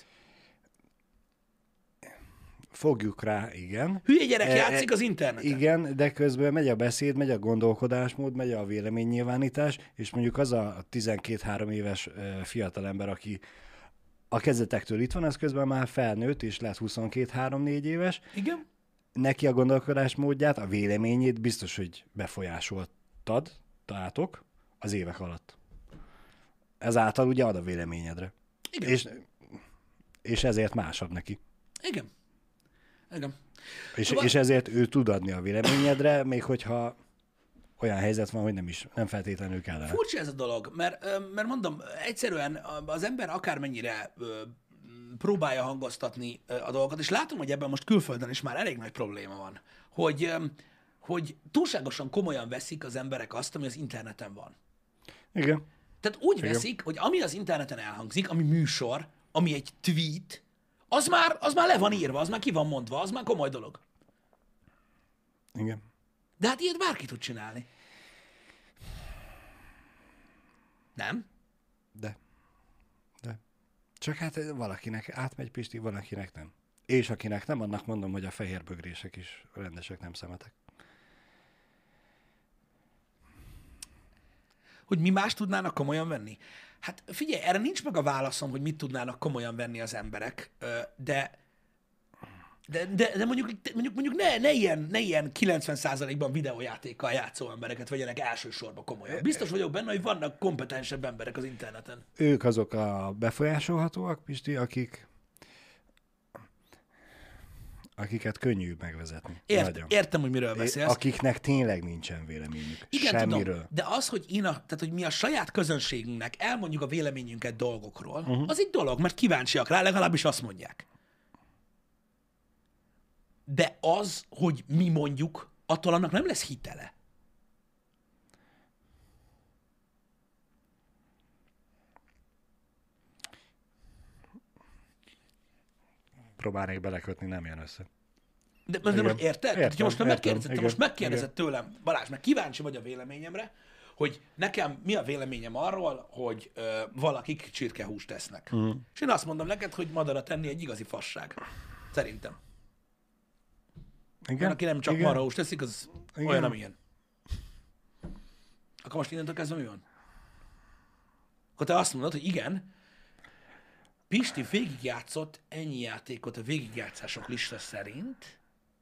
Fogjuk rá, igen. Hülye gyerek E- játszik e- az interneten. Igen, de közben megy a beszéd, megy a gondolkodásmód, megy a véleménynyilvánítás, és mondjuk az a tizenkét-három éves ö, fiatalember, aki a kezdetektől itt van, az közben már felnőtt, és lehet huszonkét-három-négy éves, Igen? neki a gondolkodásmódját, a véleményét biztos, hogy befolyásoltad, találtok az évek alatt. Ezáltal ugye ad a véleményedre. Igen. És, és ezért másabb neki. Igen. Igen. És, Szóval- és ezért ő tud adni a véleményedre, még hogyha olyan helyzet van, hogy nem is, nem feltétlenül kellene. Furcsa ez a dolog, mert, ö, mert mondom, egyszerűen az ember akármennyire ö, próbálja hangoztatni ö, a dolgokat, és látom, hogy ebben most külföldön is már elég nagy probléma van, hogy, ö, hogy túlságosan komolyan veszik az emberek azt, ami az interneten van. Igen. Tehát úgy Igen. veszik, hogy ami az interneten elhangzik, ami műsor, ami egy tweet, az már, az már le van írva, az már ki van mondva, az már komoly dolog. Igen. De hát ilyet bárki tud csinálni. Nem? De. De. Csak hát valakinek átmegy, Pisti, valakinek nem. És akinek nem, annak mondom, hogy a fehér bögrések is rendesek, nem szemetek. hogy mi más tudnának komolyan venni? Hát figyelj, erre nincs meg a válaszom, hogy mit tudnának komolyan venni az emberek, ö, de de, de, de mondjuk, mondjuk, mondjuk ne, ne, ilyen, ne ilyen kilencven százalékban videójátékkal játszó embereket vegyenek elsősorban komolyan. Biztos vagyok benne, hogy vannak kompetensebb emberek az interneten. Ők azok a befolyásolhatóak, Pisti, akik akiket könnyű megvezetni. Ért, értem, hogy miről beszélsz. Akiknek tényleg nincsen véleményük. Igen, semmiről. tudom, de az, hogy, én a, tehát, hogy mi a saját közönségünknek elmondjuk a véleményünket dolgokról, uh-huh. az egy dolog, mert kíváncsiak rá, legalábbis azt mondják. De az, hogy mi mondjuk, attól annak nem lesz hitele. Próbálnék belekötni, nem jön össze. De, de most érted? Értem, most, értem, megkérdezett, igen, most megkérdezett igen. tőlem, Balázs, meg kíváncsi vagy a véleményemre, hogy nekem mi a véleményem arról, hogy ö, valakik csirkehúst tesznek. Mhm. És én azt mondom neked, hogy madarat tenni egy igazi fasság. Szerintem. Igen? Mert aki nem csak Igen? marhahúst teszik, az Igen. olyan, amilyen. Akkor most innentől kezdve mi van? Akkor te azt mondod, hogy igen, Pisti végigjátszott ennyi játékot a végigjátszások lista szerint,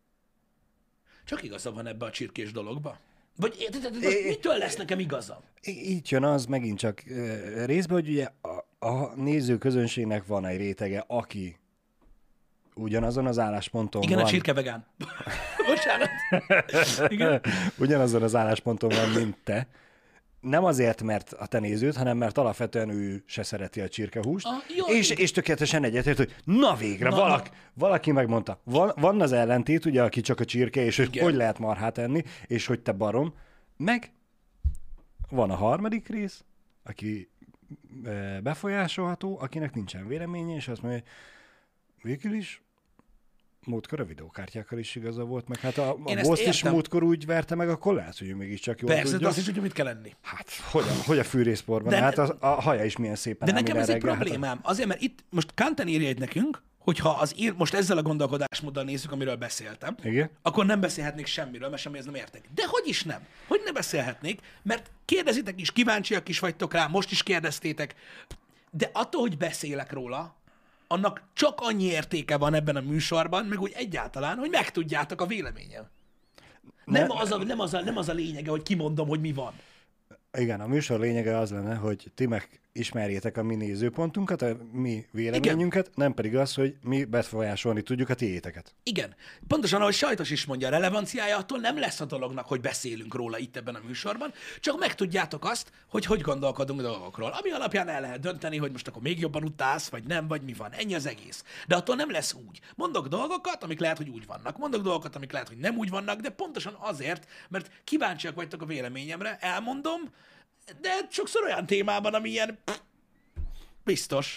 csak igaza van ebbe a csirkés dologba? Vagy érted, most mitől lesz nekem igazam? Így jön az megint csak uh, részben, hogy ugye a, a néző közönségnek van egy rétege, aki ugyanazon az állásponton Igen, van. a csirke vegán. Bocsánat. Igen. Ugyanazon az állásponton van, mint te. Nem azért, mert a te néződ, hanem mert alapvetően ő se szereti a csirkehúst. Ah, jó, és, így. és tökéletesen egyetért, hogy na végre, Na, valaki, na. valaki megmondta. Van, van az ellentét, ugye, aki csak a csirke, és hogy Igen. hogy lehet marhát enni, és hogy te barom. Meg van a harmadik rész, aki e, befolyásolható, akinek nincsen véleménye, és azt mondja, hogy végül is múltkor a videókártyákkal is igaza volt, meg hát a, a Én ezt boss is értem. múltkor úgy verte meg, akkor lehet, hogy ő mégiscsak jól Persze, de tudja. azt is, hogy mit kell enni. Hát, hogy a, hogy a fűrészporban? De Hát ne- a, a haja is milyen szépen De áll nekem ez minden egy reggel. problémám. Azért, mert itt most Kanten írja egy nekünk, hogyha az ír, most ezzel a gondolkodásmóddal nézzük, amiről beszéltem, Hát, igen? akkor nem beszélhetnék semmiről, mert semmihez nem értek. De hogy is nem? Hogy ne beszélhetnék? Mert kérdezitek is, kíváncsiak is vagytok rá, most is kérdeztétek, de attól, hogy beszélek róla, annak csak annyi értéke van ebben a műsorban, meg úgy egyáltalán, hogy megtudjátok a véleményem. Nem, Ne- az a, nem, az a, nem az a lényege, hogy kimondom, hogy mi van. Igen, a műsor lényege az lenne, hogy ti meg ismerjétek a mi nézőpontunkat, a mi véleményünket, igen. Nem pedig az, hogy mi befolyásolni tudjuk a tiéteket. Igen. Pontosan, ahogy Sajtos is mondja, a relevanciája attól nem lesz a dolognak, hogy beszélünk róla itt ebben a műsorban, csak megtudjátok azt, hogy hogy gondolkodunk dolgokról. Ami alapján el lehet dönteni, hogy most akkor még jobban utálsz, vagy nem, vagy mi van. Ennyi az egész. De attól nem lesz úgy. Mondok dolgokat, amik lehet, hogy úgy vannak. Mondok dolgokat, amik lehet, hogy nem úgy vannak, de pontosan azért, mert kíváncsiak vagytok a véleményemre, elmondom, de sokszor olyan témában, ami ilyen pff, biztos.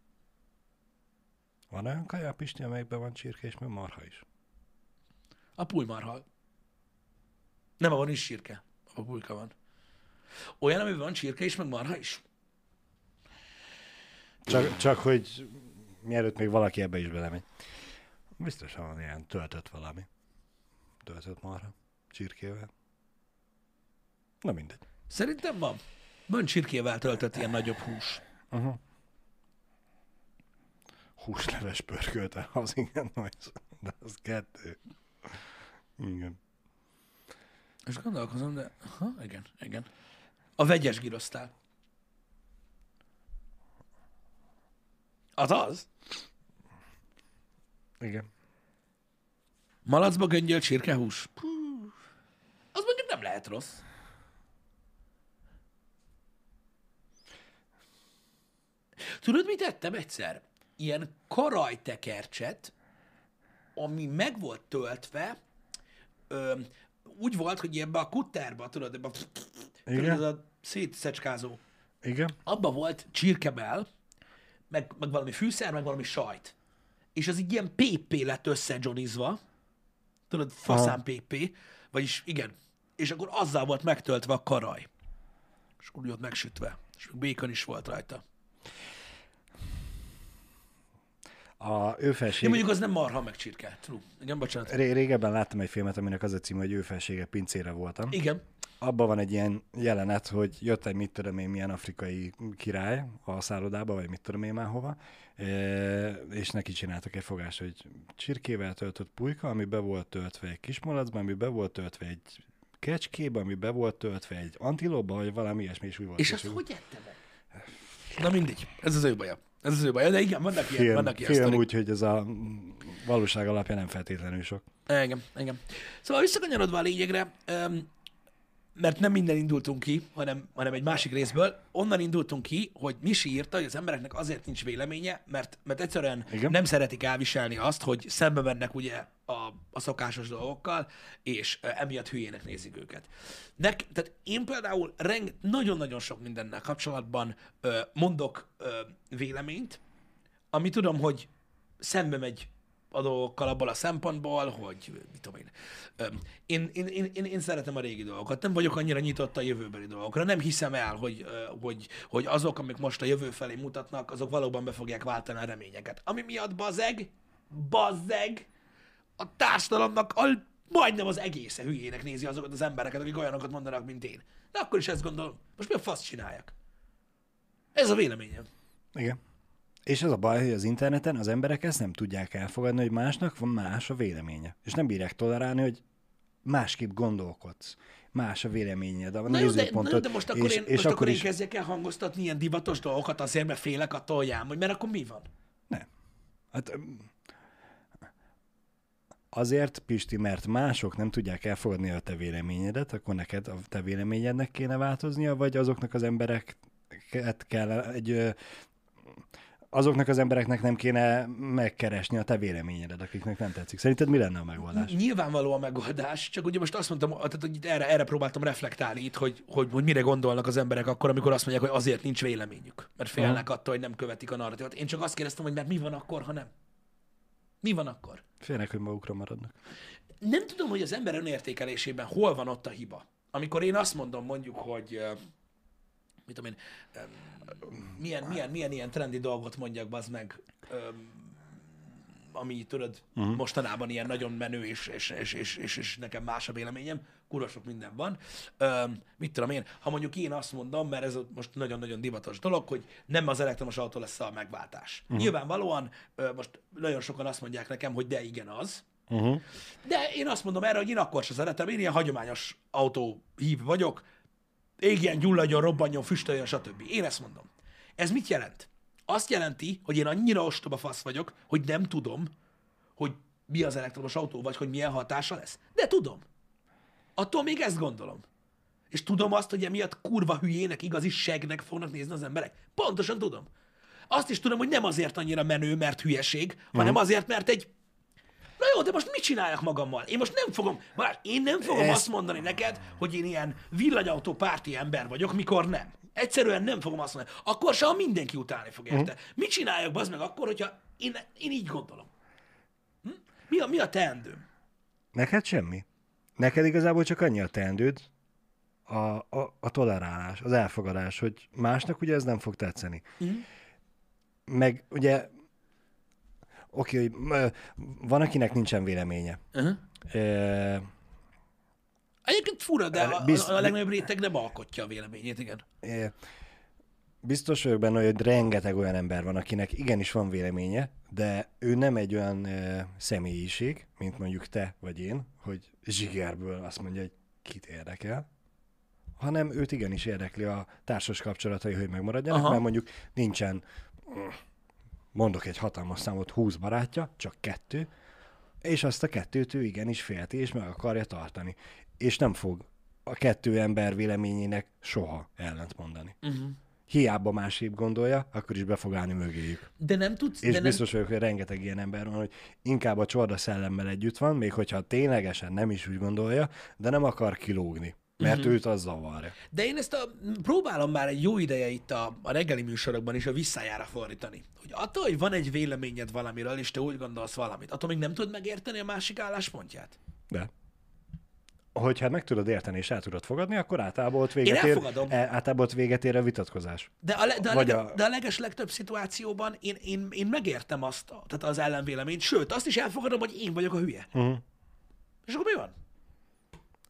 Van olyan kaja, Pisti, amelyikben van csirke és meg marha is? A pulymarhal. Nem, abban is csirke. A pulyka van. Olyan, amiben van csirke is, meg marha is. Csak, csak hogy mielőtt még valaki ebbe is belemegy. Biztosan van ilyen töltött valami. Töltött marha. Csirkével. Na mindegy. Szerintem van. Van csirkével töltött ilyen nagyobb hús. Uh-huh. Húsleves pörkölte, az igen nagy. De az kettő. Igen. És gondolkozom, de... Ha, igen, igen. A vegyes girosztál. Az az? Igen. Malacba göngyölt csirkehús. Pú, az mondjuk nem lehet rossz. Tudod, mit tettem egyszer? Ilyen karajtekercset, ami meg volt töltve, ö, úgy volt, hogy ebbe a kutterba, tudod, ebbe a, tudod, ez a szétszecskázó, Igen. abba volt csirkebel, meg, meg valami fűszer, meg valami sajt. És az így ilyen pépé lett összejohnizva, tudod, faszán pépé, vagyis igen, és akkor azzal volt megtöltve a karaj. És akkor úgy ott megsütve. És békon is volt rajta. A ő Én felség... mondjuk az nem marha meg csirke. True. Igen, bocsánat. Ré- régebben láttam egy filmet, aminek az a címe, hogy ő felsége pincére voltam. Igen. abban van egy ilyen jelenet, hogy jött egy mit tudom én milyen afrikai király a szállodába, vagy mit tudom én már hova, és neki csináltak egy fogást, hogy csirkével töltött pulyka, ami be volt töltve egy kismalacba, ami be volt töltve egy kecskébe, ami be volt töltve egy antilóba, vagy valami ilyesmi is úgy volt. És azt hogy ette meg? Na mindegy, ez az ő baja. Ez az ő baja, de igen, vannak ilyen, film, vannak ilyen film sztorik. úgy, hogy ez a valóság alapján nem feltétlenül sok. Igen, igen. Szóval visszakanyarodva a lényegre, öm, mert nem minden indultunk ki, hanem, hanem egy másik részből, onnan indultunk ki, hogy Misi írta, hogy az embereknek azért nincs véleménye, mert, mert egyszerűen Igen. nem szeretik elviselni azt, hogy szembe mennek ugye a, a szokásos dolgokkal, és e, emiatt hülyének nézik őket. Nek, tehát én például reng, nagyon-nagyon sok mindennel kapcsolatban ö, mondok ö, véleményt, ami tudom, hogy szembe megy a dolgokkal abból a szempontból, hogy mit tudom én, öm, én, én, én, én, én szeretem a régi dolgokat, nem vagyok annyira nyitott a jövőbeli dolgokra, nem hiszem el, hogy, ö, hogy, hogy azok, amik most a jövő felé mutatnak, azok valóban be fogják váltani a reményeket. Ami miatt bazeg, bazeg, a társadalomnak a, majdnem az egésze hülyének nézi azokat az embereket, akik olyanokat mondanak, mint én. De akkor is ezt gondolom, most mi a fasz csináljak? Ez a véleményem. Igen. És az a baj, hogy az interneten az emberek ezt nem tudják elfogadni, hogy másnak van más a véleménye. És nem bírják tolerálni, hogy másképp gondolkodsz. Más a véleményed, a Na jó, de, nézőpontod. na jó, de most akkor és, én, és most akkor akkor én is... kezdjek el hangoztatni ilyen divatos dolgokat azért, mert félek attól, hogy ám, hogy mert akkor mi van? Nem. Hát öm, azért, Pisti, mert mások nem tudják elfogadni a te véleményedet, akkor neked a te véleményednek kéne változnia, vagy azoknak az embereket kell egy... ö, azoknak az embereknek nem kéne megkeresni a te véleményedet, akiknek nem tetszik. Szerinted mi lenne a megoldás? Nyilvánvaló a megoldás, csak ugye most azt mondtam, tehát, hogy itt erre, erre próbáltam reflektálni itt, hogy, hogy, hogy mire gondolnak az emberek akkor, amikor azt mondják, hogy azért nincs véleményük, mert félnek Aha. attól, hogy nem követik a narratívát. Én csak azt kérdeztem, hogy mert mi van akkor, ha nem? Mi van akkor? Félnek, hogy magukra maradnak. Nem tudom, hogy az ember önértékelésében hol van ott a hiba. Amikor én azt mondom mondjuk, hogy ö, mit tudom én, ö, milyen, milyen, milyen ilyen trendi dolgot mondjak, bazd meg, ö, ami tudod, uh-huh. mostanában ilyen nagyon menő, és, és, és, és, és, és nekem más a véleményem, kurva sok minden van. Ö, mit tudom én, ha mondjuk én azt mondom, mert ez most nagyon-nagyon divatos dolog, hogy nem az elektromos autó lesz a megváltás. Uh-huh. Nyilvánvalóan ö, most nagyon sokan azt mondják nekem, hogy de igen az, Uh-huh. de én azt mondom erre, hogy én akkor sem szeretem, én ilyen hagyományos autó hív vagyok, égjen, gyulladjon, robbanjon, füstöljön, stb. Én ezt mondom. Ez mit jelent? Azt jelenti, hogy én annyira ostoba fasz vagyok, hogy nem tudom, hogy mi az elektromos autó, vagy hogy milyen hatása lesz. De tudom. Attól még ezt gondolom. És tudom azt, hogy emiatt kurva hülyének, igazi segnek fognak nézni az emberek. Pontosan tudom. Azt is tudom, hogy nem azért annyira menő, mert hülyeség, hanem azért, mert egy na jó, de most mit csináljak magammal? Én most nem fogom, Balázs, én nem fogom Ezt... azt mondani neked, hogy én ilyen villanyautó párti ember vagyok, mikor nem. Egyszerűen nem fogom azt mondani. Akkor sem mindenki utálni fog, érte. Uh-huh. Mit csináljak, bazd meg akkor, hogyha én, én így gondolom? Hm? Mi, a, mi a teendőm? Neked semmi. Neked igazából csak annyi a teendőd, a, a, a tolerálás, az elfogadás, hogy másnak ugye ez nem fog tetszeni. Uh-huh. Meg ugye, oké, hogy van, akinek nincsen véleménye. Uh-huh. E... Egyébként fura, de a, Bizt... a, a legnagyobb réteg nem alkotja a véleményét, igen. E... Biztos vagyok benne, hogy rengeteg olyan ember van, akinek igenis van véleménye, de ő nem egy olyan e, személyiség, mint mondjuk te vagy én, hogy zsigerből azt mondja, hogy kit érdekel, hanem őt igenis érdekli a társas kapcsolatai, hogy megmaradjanak, Aha. mert mondjuk nincsen, mondok egy hatalmas számot, húsz barátja, csak kettő, és azt a kettőt ő igenis félti, és meg akarja tartani. És nem fog a kettő ember véleményének soha ellent mondani. Uh-huh. Hiába másképp gondolja, akkor is be fog állni mögéjük. De nem tudsz... És de biztos nem... vagyok, hogy rengeteg ilyen ember van, hogy inkább a csorda szellemmel együtt van, még hogyha ténylegesen nem is úgy gondolja, de nem akar kilógni, mert uh-huh. őt az zavarja. De én ezt a, próbálom már egy jó ideje itt a, a reggeli műsorokban is a visszájára fordítani. Hogy attól, hogy van egy véleményed valamiről, és te úgy gondolsz valamit, attól még nem tudod megérteni a másik álláspontját? De. Hogyha meg tudod érteni és el tudod fogadni, akkor általában ott véget, ér, általában ott véget ér a vitatkozás. De a, le, de a, lege, a... de a leges legtöbb szituációban én, én, én megértem azt, tehát az ellenvéleményt, sőt, azt is elfogadom, hogy én vagyok a hülye. Uh-huh. És akkor mi van?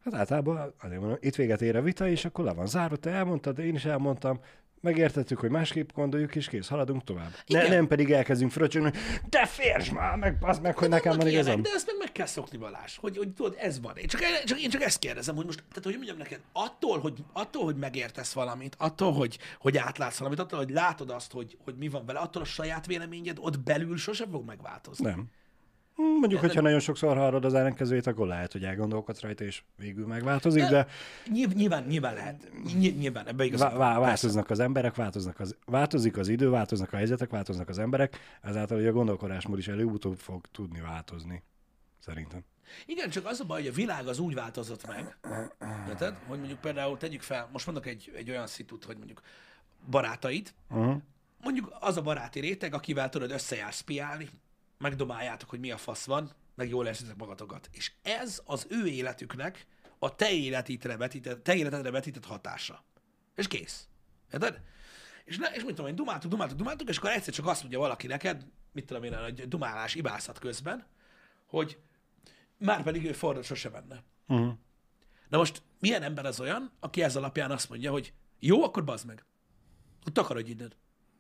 Hát általában azért mondom, itt véget ér a vita, és akkor le van zárva, te elmondtad, én is elmondtam, megértettük, hogy másképp gondoljuk, és kész, haladunk tovább. Ne, nem pedig elkezdünk fröcsögni, hogy de férj már, meg bazd meg, hogy nekem van igazam. De ezt meg meg kell szokni, Balázs, hogy, hogy tudod, ez van. Én csak, csak, én csak ezt kérdezem, hogy most, tehát hogy mondjam neked, attól, hogy, attól, hogy megértesz valamit, attól, hogy, hogy átlátsz valamit, attól, hogy látod azt, hogy, hogy mi van vele, attól a saját véleményed ott belül sosem fog megváltozni. Nem. Mondjuk, hogyha nagyon sokszor hallod az ellenkezőjét, akkor lehet, hogy elgondolkodsz rajta, és végül megváltozik, de... Nyilván, nyilván lehet. Nyilván, ebbe igazán. Vá- vá- változnak az emberek, változnak az, változik az idő, változnak a helyzetek, változnak az emberek, ezáltal, hogy a gondolkodásmód is előbb-utóbb fog tudni változni. Szerintem. Igen, csak az a baj, hogy a világ az úgy változott meg, érted? Hogy mondjuk például tegyük fel, most mondok egy, egy olyan szitut, hogy mondjuk barátaid, uh-huh. mondjuk az a baráti réteg, akivel tudod összejársz piálni, megdomáljátok, hogy mi a fasz van, meg jól érzitek magatokat. És ez az ő életüknek a te életedre vetített, te életedre vetített hatása. És kész. Érted? És, ne, és mit tudom én, dumáltuk, dumáltuk, dumáltuk, és akkor egyszer csak azt mondja valaki neked, mit tudom én, egy dumálás, ibászat közben, hogy már pedig ő fordult sose benne. Uh-huh. Na most milyen ember az olyan, aki ez alapján azt mondja, hogy jó, akkor bazd meg. Hogy takarodj innen.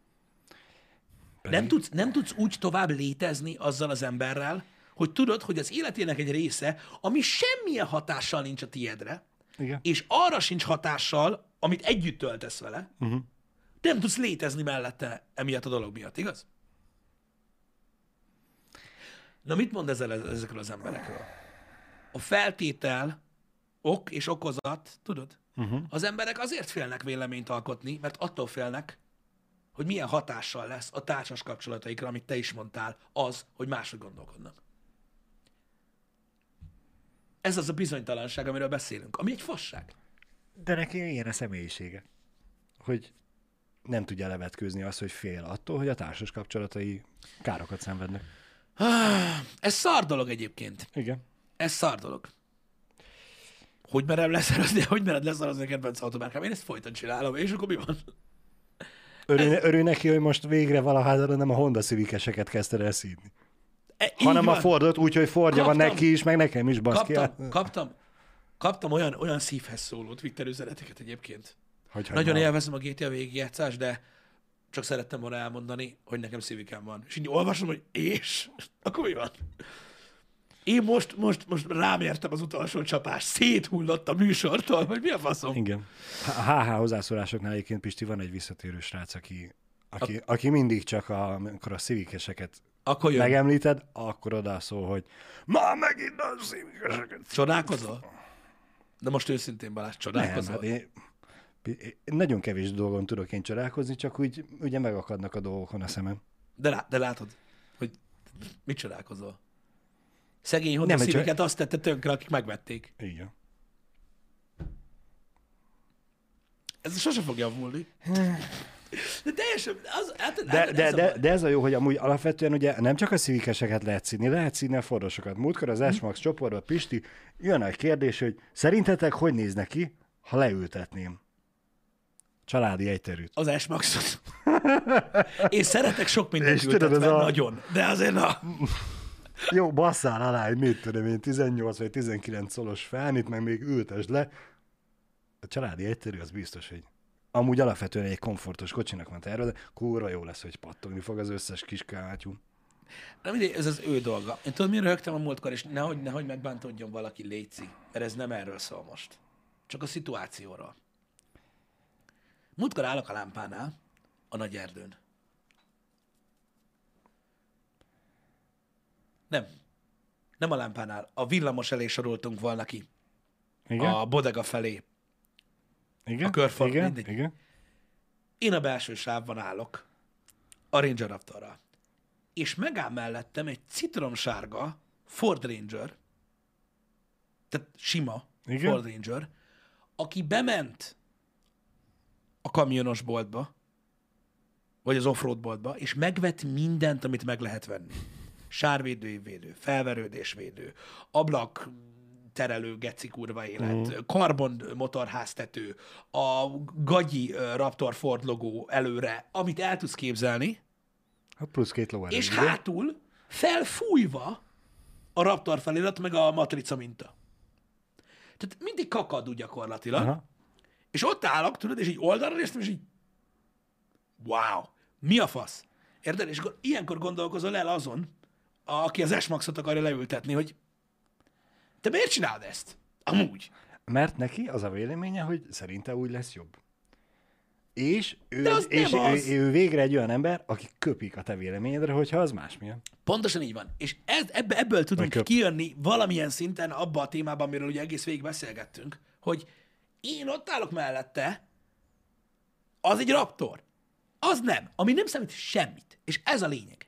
Nem tudsz, nem tudsz úgy tovább létezni azzal az emberrel, hogy tudod, hogy az életének egy része, ami semmilyen hatással nincs a tiédre, igen. És arra sincs hatással, amit együtt töltesz vele, uh-huh. de nem tudsz létezni mellette emiatt a dolog miatt, igaz? Na mit mond ezzel, ezekről az emberekről? A feltétel, ok és okozat, tudod? Uh-huh. Az emberek azért félnek véleményt alkotni, mert attól félnek, hogy milyen hatással lesz a társas kapcsolataikra, amit te is mondtál, az, hogy máshogy gondolkodnak. Ez az a bizonytalanság, amiről beszélünk, ami egy fasság. De neki ilyen a személyisége, hogy nem tudja levetkőzni azt, hogy fél attól, hogy a társas kapcsolatai károkat szenvednek. Ez szar dolog egyébként. Igen. Ez szar dolog. Hogy merem leszarozni, hogy mered leszarozni a kedvenc automárkám? Én ezt folyton csinálom, és akkor mi van? Örülj, ez... örülj neki, hogy most végre valahára nem a Honda Civic-eseket kezdted el szídni. E, hanem van. a Fordot, úgyhogy Fordja van neki is, meg nekem is, baszki. Kaptam, kaptam, kaptam olyan, olyan szívhez szóló Twitter üzeneteket egyébként. Hogy Nagyon már... élvezem a gé té á végigjátszást, de csak szerettem volna elmondani, hogy nekem Civicem van. És így olvasom, hogy és? Akkor mi van? Én most, most, most rám értem az utolsó csapás. Széthullott a műsortól, vagy mi a faszom? Igen. A há há hozzászólásoknál egyébként, Pisti, van egy visszatérő srác, aki, aki, a... aki mindig csak a, amikor a Civic-eseket akkor megemlíted, akkor odaszól, hogy már megint a Civic-eseket. Csodálkozol? De most őszintén, Balázs, csodálkozol? Nem, hát én, én nagyon kevés dolgon tudok én csodálkozni, csak úgy ugye megakadnak a dolgokon a szemem. De, lá, de látod, hogy mit csodálkozol? Szegény Honda Civic-et azt tette tönkre, akik megvették. Igen. Ez sose fog javulni. De teljesen... Az, hát, de, hát, de, ez de, de ez a jó, hogy amúgy alapvetően ugye nem csak a Civic-eseket lehet szídni, lehet szídni a Fordosokat. Múltkor az S-Max hm. csoportban, Pisti, jön egy kérdés, hogy szerintetek hogy néz neki, ha leültetném? Családi egyterűt. Az S-Maxot. Én szeretek sok mindent ültetve, a... nagyon. De azért na... Jó, basszál alá, hogy mit tudom én, tizennyolc vagy tizenkilenc szolos felnit, meg még ültesd le. A családi egyterű az biztos, hogy amúgy alapvetően egy komfortos kocsinak van terve, de kurva jó lesz, hogy pattogni fog az összes kis kátyú. Nem idő, ez az ő dolga. Én tudom, mire rögtem a múltkor, és nehogy, nehogy megbántódjon valaki, léci, mert ez nem erről szól most. Csak a szituációról. Múltkor állok a lámpánál, a nagy erdőn. Nem. Nem a lámpánál. A villamos elé soroltunk volna ki. Igen? A bodega felé. Igen? A körfor, igen? mindegy. Igen? Én a belső sávban állok. A Ranger Raptorral. És megáll mellettem egy citromsárga Ford Ranger, tehát sima igen? Ford Ranger, aki bement a kamionos boltba, vagy az offroad boltba, és megvett mindent, amit meg lehet venni. Sárvédő, évvédő, felverődésvédő, ablak terelő, geci kurva élet, uh-huh. karbon motorháztető, a gagyi Raptor Ford logó előre, amit el tudsz képzelni, hát plusz két lóerő. És hátul felfújva a Raptor felirat, meg a matrica minta. Tehát mindig kakadú gyakorlatilag. Aha. És ott állok, tudod, és így oldalra néztem, és így wow, mi a fasz? Érted? És akkor ilyenkor gondolkozol el azon, aki az S-Maxot akarja leültetni, hogy te miért csinálod ezt? Amúgy. Mert neki az a véleménye, hogy szerinte úgy lesz jobb. És, ő, az és nem ő, az. ő végre egy olyan ember, aki köpik a te véleményedre, hogyha az másmilyen. Pontosan így van. És ez, ebbe, ebből tudunk köp. kijönni valamilyen szinten abba a témában, amiről ugye egész végig beszélgettünk, hogy én ott állok mellette, az egy raptor. Az nem. Ami nem számít semmit. És ez a lényeg.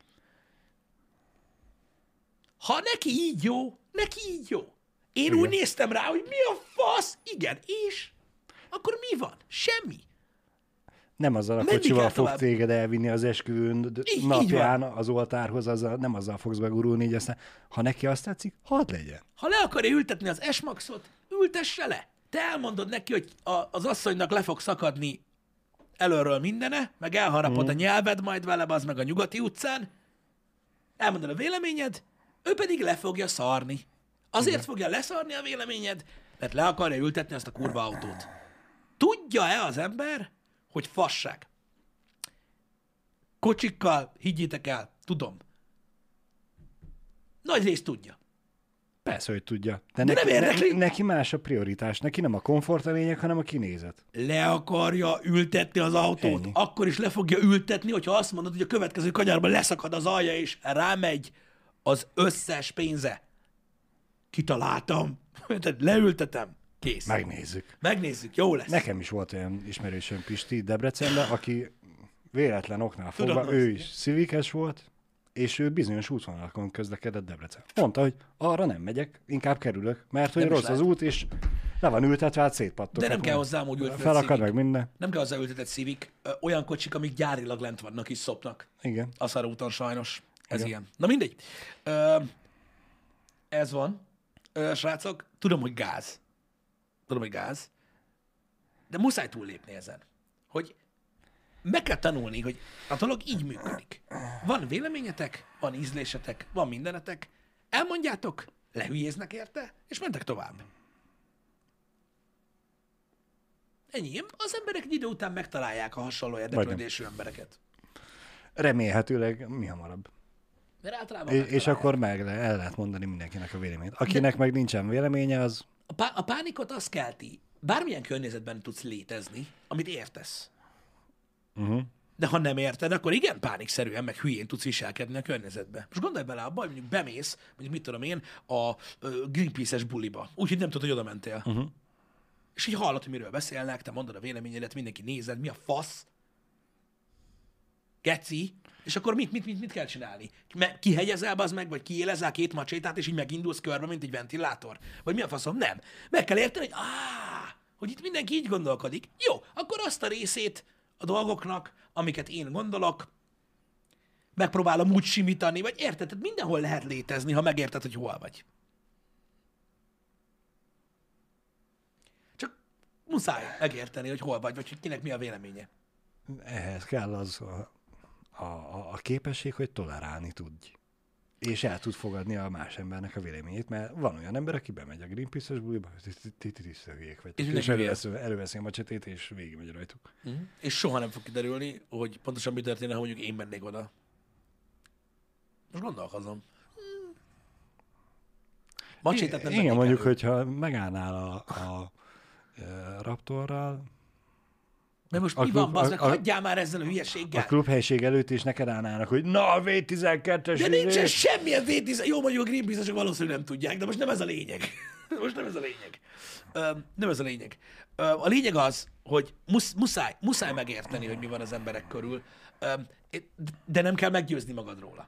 Ha neki így jó, neki így jó. Én Igen. úgy néztem rá, hogy mi a fasz? Igen. És? Akkor mi van? Semmi. Nem azzal a Menni kocsival kell fog tovább. téged elvinni az esküvőn Így- így napján az oltárhoz, azzal, nem azzal fogsz begurulni, így aztán, ha neki azt tetszik, hadd legyen. Ha le akarja ültetni az S-Maxot, ültesse le. Te elmondod neki, hogy a, az asszonynak le fog szakadni előről mindene, meg elharapod mm. a nyelved majd vele, az meg a nyugati utcán, elmondod a véleményed, ő pedig le fogja szarni. Azért Igen. fogja leszarni a véleményed, mert le akarja ültetni azt a kurva autót. Tudja-e az ember, hogy fasság? Kocsikkal, higgyétek el, tudom. Nagy részt tudja. Persze, hogy tudja. De neki, nem érdekli. ne, neki más a prioritás. Neki nem a komfort a lényeg, hanem a kinézet. Le akarja ültetni az autót, Ennyi. akkor is le fogja ültetni, hogyha azt mondod, hogy a következő kanyarban leszakad az alja, és rámegy az összes pénze. Kitaláltam. Tehát leültetem. Kész. Megnézzük. Megnézzük, jó lesz. Nekem is volt olyan ismerősöm Pisti Debrecenben, aki véletlen oknál Tudom, fogva, azt. ő is civikes volt, és ő bizonyos útvonalakon közlekedett Debrecen. Mondta, hogy arra nem megyek, inkább kerülök, mert hogy Nem is rossz az lehet. út, és le van ültetve, hát szétpattog. De nem kell hozzá amúgy ültetett Felakad Civic. meg minden. Nem kell hozzá ültetett Civic. Ö, Olyan kocsik, amik gyárilag lent vannak, is szopnak. Igen. A szarúton sajnos. Ez Igen. ilyen. Na mindegy. Ö, ez van. Ö, srácok, tudom, hogy gáz. Tudom, hogy gáz. De muszáj túllépni ezen. Hogy meg kell tanulni, hogy a dolog így működik. Van véleményetek, van ízlésetek, van mindenetek. Elmondjátok, lehülyéznek érte, és mentek tovább. Ennyi. Az emberek egy idő után megtalálják a hasonló érdeklődésű embereket. Remélhetőleg mi hamarabb. Mert általában És, és megtalálják. akkor meg le, el lehet mondani mindenkinek a véleményét. Akinek De... meg nincsen véleménye, az A, pá- a pánikot az kelti, bármilyen környezetben tudsz létezni, amit értesz. uh-huh. De ha nem érted, akkor igen, pánikszerűen, meg hülyén tudsz viselkedni a környezetbe. Most gondolj bele abba, hogy mondjuk bemész, mondjuk mit tudom én, a ö, Greenpeace-es buliba, úgyhogy nem tudod, hogy oda mentél. Uh-huh. És így hallod, hogy miről beszélnek, te mondod a véleményedet, mindenki nézed, mi a fasz? Geci? És akkor mit, mit, mit, mit kell csinálni? Me- Kihegyezel az meg, vagy kiélezel két macsétát, és így megindulsz körbe, mint egy ventilátor? Vagy mi a faszom? Nem. Meg kell érteni, hogy áh, hogy itt mindenki így gondolkodik. Jó, akkor azt a részét a dolgoknak, amiket én gondolok, megpróbálom úgy simítani, vagy érted? Tehát mindenhol lehet létezni, ha megérted, hogy hol vagy. Csak muszáj megérteni, hogy hol vagy, vagy hogy kinek mi a véleménye. ehhez kell az a, a, a, a képesség, hogy tolerálni tudj. És el tud fogadni a más embernek a véleményét, mert van olyan ember, aki bemegy a Greenpeace-es buliba, ti tisztőjék vagytok, és előveszi, előveszi a macsetét, és végigmegy rajtuk. Uh-huh. És soha nem fog kiderülni, hogy pontosan mi történne, ha mondjuk én mennék oda. Most gondolkozom. Hmm. Macsétet nem Igen, vennék mondjuk, elő. hogyha megállnál a, a, a Raptorral, Mert most a mi van, klub- bazd meg, a- a- hagyjál már ezzel a a hülyeséggel. klubhelység előtt is neked állnának, hogy na, a vé tizenkettes De izé. nincsen semmilyen vé tíz, jó, mondjuk a Greenpeace-esek valószínűleg nem tudják, de most nem ez a lényeg. Most nem ez a lényeg. Ö, nem ez a lényeg. Ö, a lényeg az, hogy musz, muszáj, muszáj megérteni, hogy mi van az emberek körül, Ö, de nem kell meggyőzni magad róla.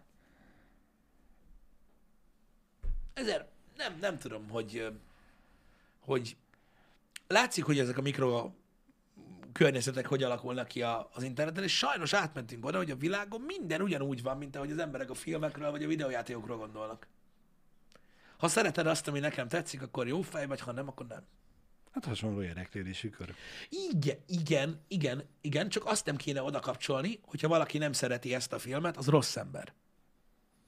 Ezért nem, nem tudom, hogy, ö, hogy látszik, hogy ezek a mikro környezetek hogy alakulnak ki a, az interneten, és sajnos átmentünk oda, hogy a világon minden ugyanúgy van, mint ahogy az emberek a filmekről vagy a videójátékokról gondolnak. Ha szereted azt, ami nekem tetszik, akkor jó fej vagy, ha nem, akkor nem. Hát hasonló érdeklődésű kör. Igen, igen, igen, igen, csak azt nem kéne oda kapcsolni, hogyha valaki nem szereti ezt a filmet, az rossz ember.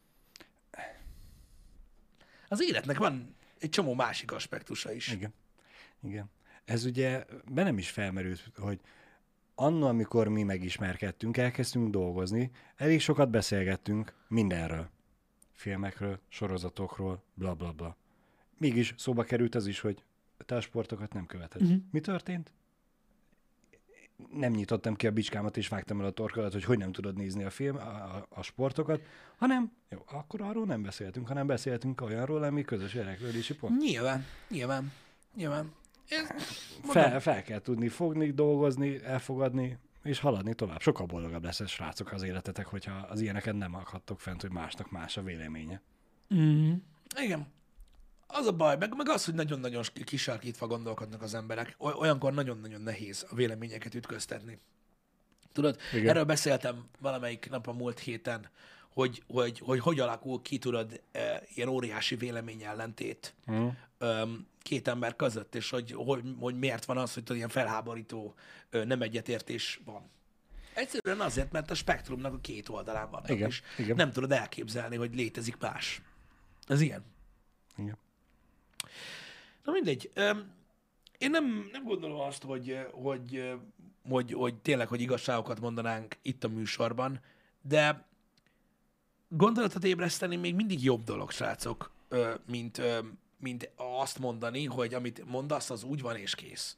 Az életnek van egy csomó másik aspektusa is. Igen. Igen. Ez ugye bennem is felmerült, hogy anno, amikor mi megismerkedtünk, elkezdtünk dolgozni, elég sokat beszélgettünk mindenről. Filmekről, sorozatokról, bla bla bla. Mégis szóba került az is, hogy te a sportokat nem követed. Uh-huh. Mi történt? Nem nyitottam ki a bicskámat és vágtam el a torkodat, hogy hogy nem tudod nézni a film, a, a, a sportokat, hanem, jó, akkor arról nem beszéltünk, hanem beszéltünk olyanról, ami közös érdeklődési pont. Nyilván, nyilván, nyilván. Ez, fel, fel kell tudni fogni, dolgozni, elfogadni, és haladni tovább. Sokkal boldogabb lesz ez, srácok, az életetek, hogyha az ilyeneket nem akadtok fent, hogy másnak más a véleménye. Mm. Igen. Az a baj, meg, meg az, hogy nagyon-nagyon kisarkítva gondolkodnak az emberek. Olyankor nagyon-nagyon nehéz a véleményeket ütköztetni. Tudod, igen. Erről beszéltem valamelyik nap a múlt héten, hogy hogy, hogy, hogy alakul ki, tudod, e, ilyen óriási véleményellentét mm. um, két ember között, és hogy, hogy, hogy miért van az, hogy tudod, ilyen felháborító nem egyetértés van. Egyszerűen azért, mert a spektrumnak a két oldalán vannak, igen, és igen. nem tudod elképzelni, hogy létezik más. Ez ilyen. Igen. Na mindegy. Én nem, nem gondolom azt, hogy, hogy, hogy, hogy tényleg, hogy igazságokat mondanánk itt a műsorban, de gondolatot ébreszteni még mindig jobb dolog, srácok, mint, mint azt mondani, hogy amit mondasz, az úgy van és kész.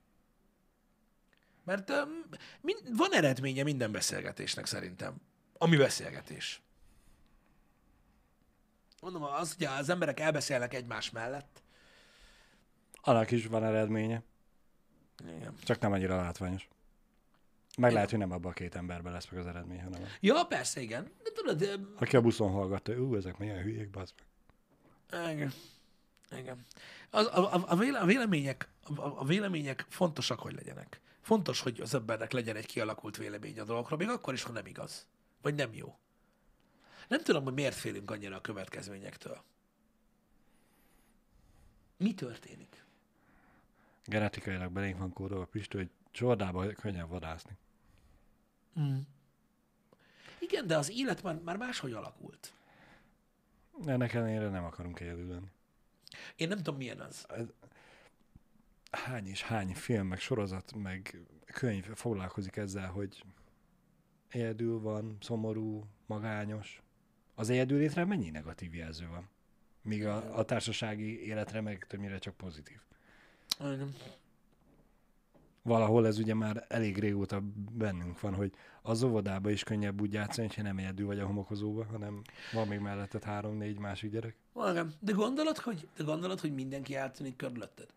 Mert van eredménye minden beszélgetésnek szerintem. Ami beszélgetés. Mondom, az, hogy az emberek elbeszélnek egymás mellett. Annak is van eredménye. Igen. Csak nem annyira látványos. Meg igen. Lehet, hogy nem abban a két emberben lesz meg az eredmény, hanem... Ja, persze, igen. De tudod... De... Aki a buszon hallgatta, ú, ezek milyen hülyék, bazd meg. Igen. Igen. Az, a, a, a, véle, a, vélemények, a, a vélemények fontosak, hogy legyenek. Fontos, hogy az embernek legyen egy kialakult vélemény a dolgokról, még akkor is, ha nem igaz. Vagy nem jó. Nem tudom, hogy miért félünk annyira a következményektől. Mi történik? Genetikailag belénk van kódolva, Pisti, hogy csordában könnyebb vadászni. Mm. Igen, de az élet már, már máshogy alakult. Ennek ellenére nem akarunk egyedül lenni. Én nem tudom, milyen az. Hány és hány film, meg sorozat, meg könyv foglalkozik ezzel, hogy egyedül van, szomorú, magányos. Az egyedül létre mennyi negatív jelző van? Míg a, a társasági életre meg többnyire csak pozitív. Igen. Valahol ez ugye már elég régóta bennünk van, hogy az óvodában is könnyebb úgy játszani, hogyha nem egyedül vagy a homokozóba, hanem van még melletted három-négy másik gyerek. Igen. De gondolod, hogy, de gondolod, hogy mindenki eltűnik körülötted?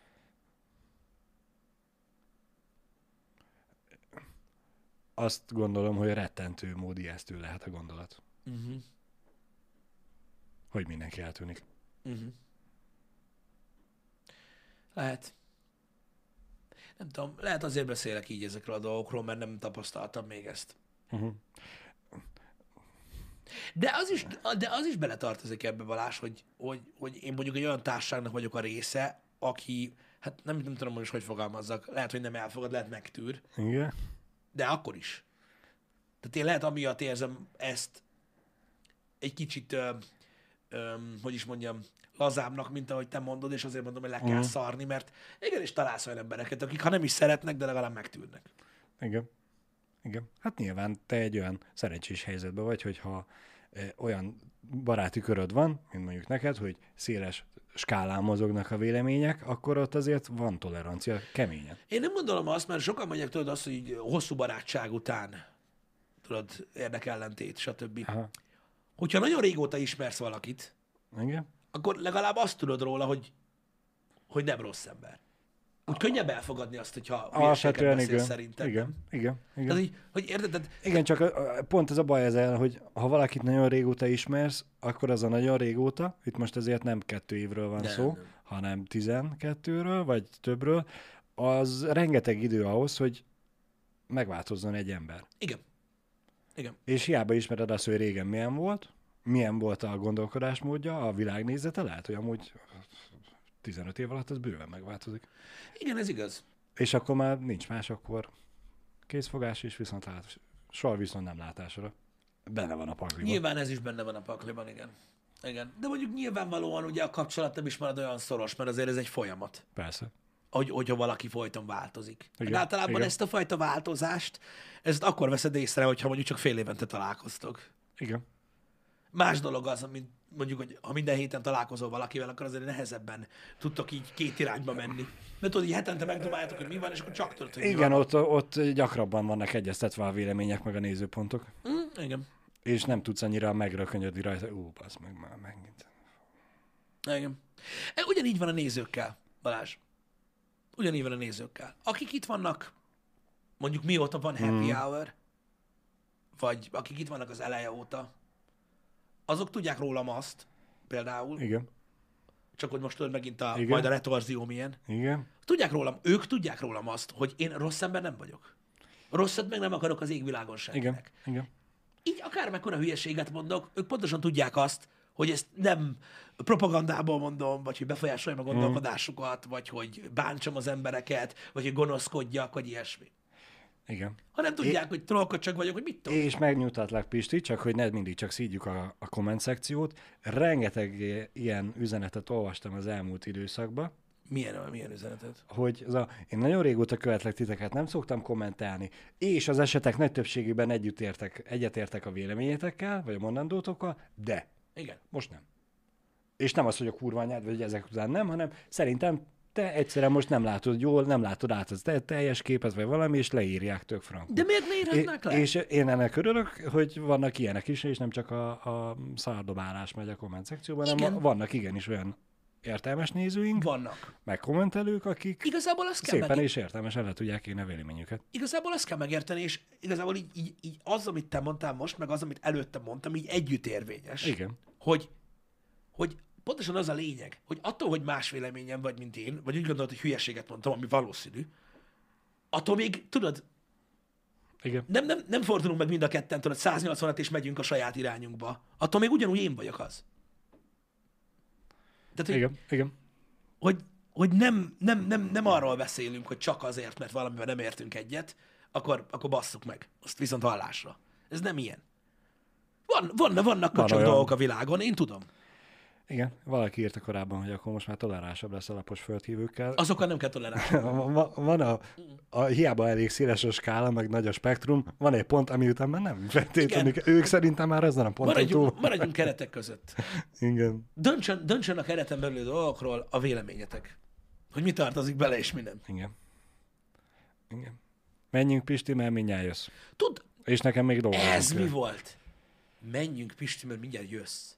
Azt gondolom, hogy rettentő mód ijesztő lehet a gondolat. Uh-huh. Hogy mindenki eltűnik. Uh-huh. Lehet. Nem tudom, lehet azért beszélek így ezekről a dolgokról, mert nem tapasztaltam még ezt. Uh-huh. De az is, de az is beletartozik ebbe, Balázs, hogy, hogy, hogy én mondjuk egy olyan társaságnak vagyok a része, aki, hát nem, nem tudom most, hogy fogalmazzak, lehet, hogy nem elfogad, lehet megtűr. Igen. De akkor is. Tehát én lehet amiatt érzem ezt egy kicsit, ö, ö, hogy is mondjam, lazábbnak, mint ahogy te mondod, és azért mondom, hogy le kell uh-huh. szarni, mert igenis találsz olyan embereket, akik ha nem is szeretnek, de legalább megtűrnek. Igen. Igen. Hát nyilván te egy olyan szerencsés helyzetben vagy, hogyha e, olyan baráti köröd van, mint mondjuk neked, hogy széles skálán mozognak a vélemények, akkor ott azért van tolerancia keményen. Én nem gondolom azt, mert sokan mondják, tudod azt, hogy hosszú barátság után, tudod, érdekellentét, stb. Aha. Hogyha nagyon régóta ismersz valakit, igen, akkor legalább azt tudod róla, hogy, hogy nem rossz ember. Úgy a... könnyebb elfogadni azt, hogyha hülyeséget beszél igen. szerintem. Igen, igen, igen. Tehát, hogy, hogy érted? Igen, csak a, pont ez a baj ezzel, hogy ha valakit nagyon régóta ismersz, akkor az a nagyon régóta, itt most azért nem kettő évről van nem, szó, nem. hanem tizenkettőről, vagy többről, az rengeteg idő ahhoz, hogy megváltozzon egy ember. Igen. Igen. És hiába ismered azt, hogy régen milyen volt, milyen volt a gondolkodásmódja, a világnézete, lehet, hogy amúgy tizenöt év alatt ez bőven megváltozik. Igen, ez igaz. És akkor már nincs más, akkor készfogás is viszont lát, soha viszont nem látásra. Benne van a pakliban. Nyilván ez is benne van a pakliban, igen. Igen. De mondjuk nyilvánvalóan ugye a kapcsolat nem is marad olyan szoros, mert azért ez egy folyamat. Persze. hogy, hogyha valaki folyton változik. Igen, Meg általában igen. ezt a fajta változást, ezt akkor veszed észre, hogyha mondjuk csak fél évente találkoztok. Igen. Más dolog az, mint mondjuk, hogy ha minden héten találkozol valakivel, akkor azért nehezebben tudtok így két irányba menni. Mert tudod, így hetente megdobáljátok, hogy mi van, és akkor csak tudod, hogy mi Igen, van. ott, ott gyakrabban vannak egyeztetve a vélemények meg a nézőpontok. Mm, igen. És nem tudsz annyira megrökönyödni rajta. Ú, az meg már megint. Igen. E, Ugyanígy van a nézőkkel, Balázs. Ugyanígy van a nézőkkel. Akik itt vannak, mondjuk mióta van happy hour, vagy akik itt vannak az eleje óta, azok tudják rólam azt, például, Igen. csak hogy most tudod megint a, Igen. majd a retorzió milyen. Igen. Tudják rólam, ők tudják rólam azt, hogy én rossz ember nem vagyok. Rosszat meg nem akarok az égvilágon senkinek. Igen. Igen. Így akármekkora hülyeséget mondok, ők pontosan tudják azt, hogy ezt nem propagandából mondom, vagy hogy befolyásoljam a gondolkodásukat, vagy hogy bántsam az embereket, vagy hogy gonoszkodjak, vagy ilyesmi. Igen. Hanem tudják, hogy trollköcsög vagyok, hogy mit tudom. És megnyugtatlak, Pisti, csak hogy ne mindig csak szídjuk a, a komment szekciót. Rengeteg ilyen üzenetet olvastam az elmúlt időszakban, Milyen, milyen üzenetet? hogy az a, én nagyon régóta követlek titeket, nem szoktam kommentálni, és az esetek nagy többségében együtt értek, egyetértek a véleményetekkel, vagy a mondandótokkal, de Igen. most nem. És nem az, hogy a kurva anyád, vagy ezek után nem, hanem szerintem te egyszerűen most nem látod jól, nem látod át az te- teljes képet, vagy valami, és leírják tök frankul. De miért ne írhatnák le? És én ennek örülök, hogy vannak ilyenek is, és nem csak a, a szárdobálás megy a komment szekcióban, Igen. hanem vannak igenis olyan értelmes nézőink, Vannak. meg kommentelők, akik Igazából azt kell szépen meg... és értelmesen le tudják írni a véleményüket. Igazából azt kell megérteni, és igazából így, így, így az, amit te mondtál most, meg az, amit előtte mondtam, így együtt érvényes. Igen. Hogy, hogy pontosan az a lényeg, hogy attól, hogy más véleményem vagy, mint én, vagy úgy gondolod, hogy hülyeséget mondtam, ami valószínű, attól még, tudod, Igen. nem, nem, nem fordulunk meg mind a ketten, tudod, száznyolcvanat és megyünk a saját irányunkba. Attól még ugyanúgy én vagyok az. Tehát, hogy, Igen. Igen. hogy, hogy nem, nem, nem, nem arról beszélünk, hogy csak azért, mert valamivel nem értünk egyet, akkor, akkor basszuk meg. Azt viszont hallásra. Ez nem ilyen. Van, van, vannak Van köcsög olyan. dolgok a világon, én tudom. Igen. Valaki írta korábban, hogy akkor most már toleránsabb lesz a lapos földhívőkkel. Azokkal nem kell tolerálni. Va- Van a, a hiába elég széles a skála, meg nagy a spektrum, van egy pont, ami után már nem feltétlenül. Ők szerintem már ezen a ponton túl. Maradjunk, maradjunk keretek között. Igen. Döntsön, döntsön a kereten belül dolgokról a véleményetek. Hogy mi tartozik bele, és mi nem. Igen. Igen. Menjünk, Pisti, mert mindjárt jössz. Tudd, És nekem még dolgom. ez kell. mi volt? Menjünk, Pisti, mert mindjárt jössz.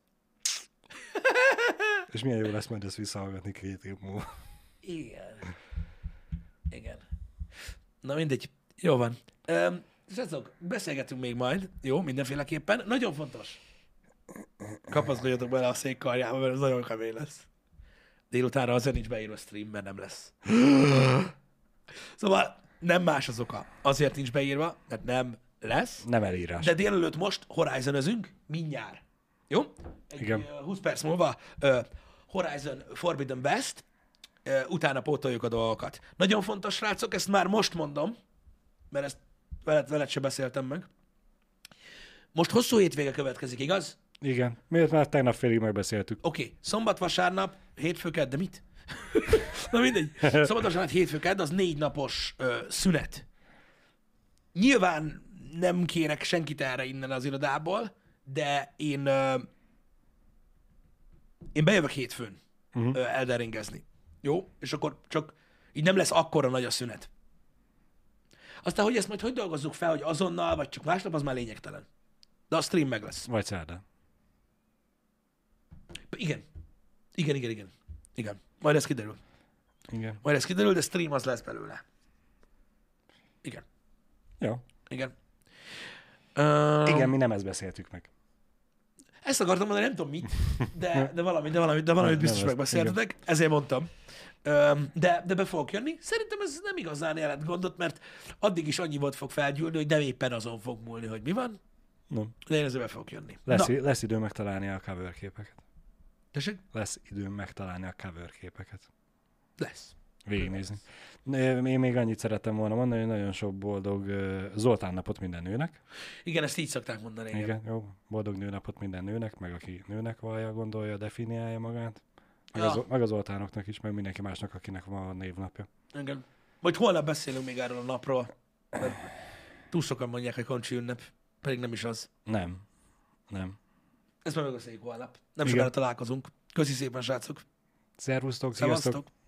És milyen jó lesz majd ezt visszahallgatni két év múlva. Igen. Igen. Na mindegy. Jó van. Um, Srácok, beszélgetünk még majd. Jó, mindenféleképpen. Nagyon fontos. Kapaszkodjatok bele a székkarjába, mert ez nagyon kemény lesz. Délutánra azért nincs beírva stream, mert nem lesz. Szóval nem más az oka. Azért nincs beírva, mert nem lesz. Nem elírás. De délelőtt most Horizon-özünk, mindjárt. Jó? Egy Igen. ö, húsz perc múlva uh, Horizon Forbidden West, uh, utána pótoljuk a dolgokat. Nagyon fontos, srácok, ezt már most mondom, mert ezt veled, veled se beszéltem meg. Most hosszú hétvége következik, igaz? Igen. Miért már tegnap félig megbeszéltük. Oké, okay. Szombat, vasárnap, hétfő, kedd, de mit? Na mindegy. Szombat, vasárnap, hétfő, kedd, az négy napos ö, szünet. Nyilván nem kérek senkit erre innen az irodából, de én ö, én bejövök hétfőn uh-huh. ö, elderingezni. Jó? És akkor csak így nem lesz akkora nagy a szünet. Aztán, hogy ezt majd hogy dolgozzuk fel, hogy azonnal, vagy csak másnap, az már lényegtelen. De a stream meg lesz. Vagy szerdán. Igen. Igen, igen, igen. Igen. Majd ez kiderül. Igen. Majd ez kiderül, de stream az lesz belőle. Igen. Jó. Igen. Uh, Igen, mi nem ezt beszéltük meg. Ezt akartam mondani, nem tudom mit, de, de valamit, de valamit, de valamit Nem, biztos nem ezt, megbeszéltetek, ezért mondtam. Um, de, de be fogok jönni. Szerintem ez nem igazán jelent gondot, mert addig is annyi volt fog felgyűlni, hogy nem éppen azon fog múlni, hogy mi van, No. de én ezzel be fogok jönni. Lesz, Na, i- lesz időm megtalálni a cover képeket. tessék? Lesz időm megtalálni a cover képeket. Lesz. Végignézni. Én még annyit szerettem volna mondani, hogy nagyon sok boldog uh, Zoltán napot minden nőnek. Igen, ezt így szokták mondani. Igen. Igen, jó. Boldog nőnapot minden nőnek, meg aki nőnek vallja, gondolja, definiálja magát. Meg, Ja. az, meg az Oltánoknak is, meg mindenki másnak, akinek van a névnapja. Igen. Majd holnap beszélünk még erről a napról. Mert túl sokan mondják, hogy Koncsi ünnep, pedig nem is az. Nem. Nem. Ezt majd megbeszéljük holnap. Nem Igen. sokára találkozunk. Köszi szépen, srácok. Szervusztok, sziasztok! Szevasztok.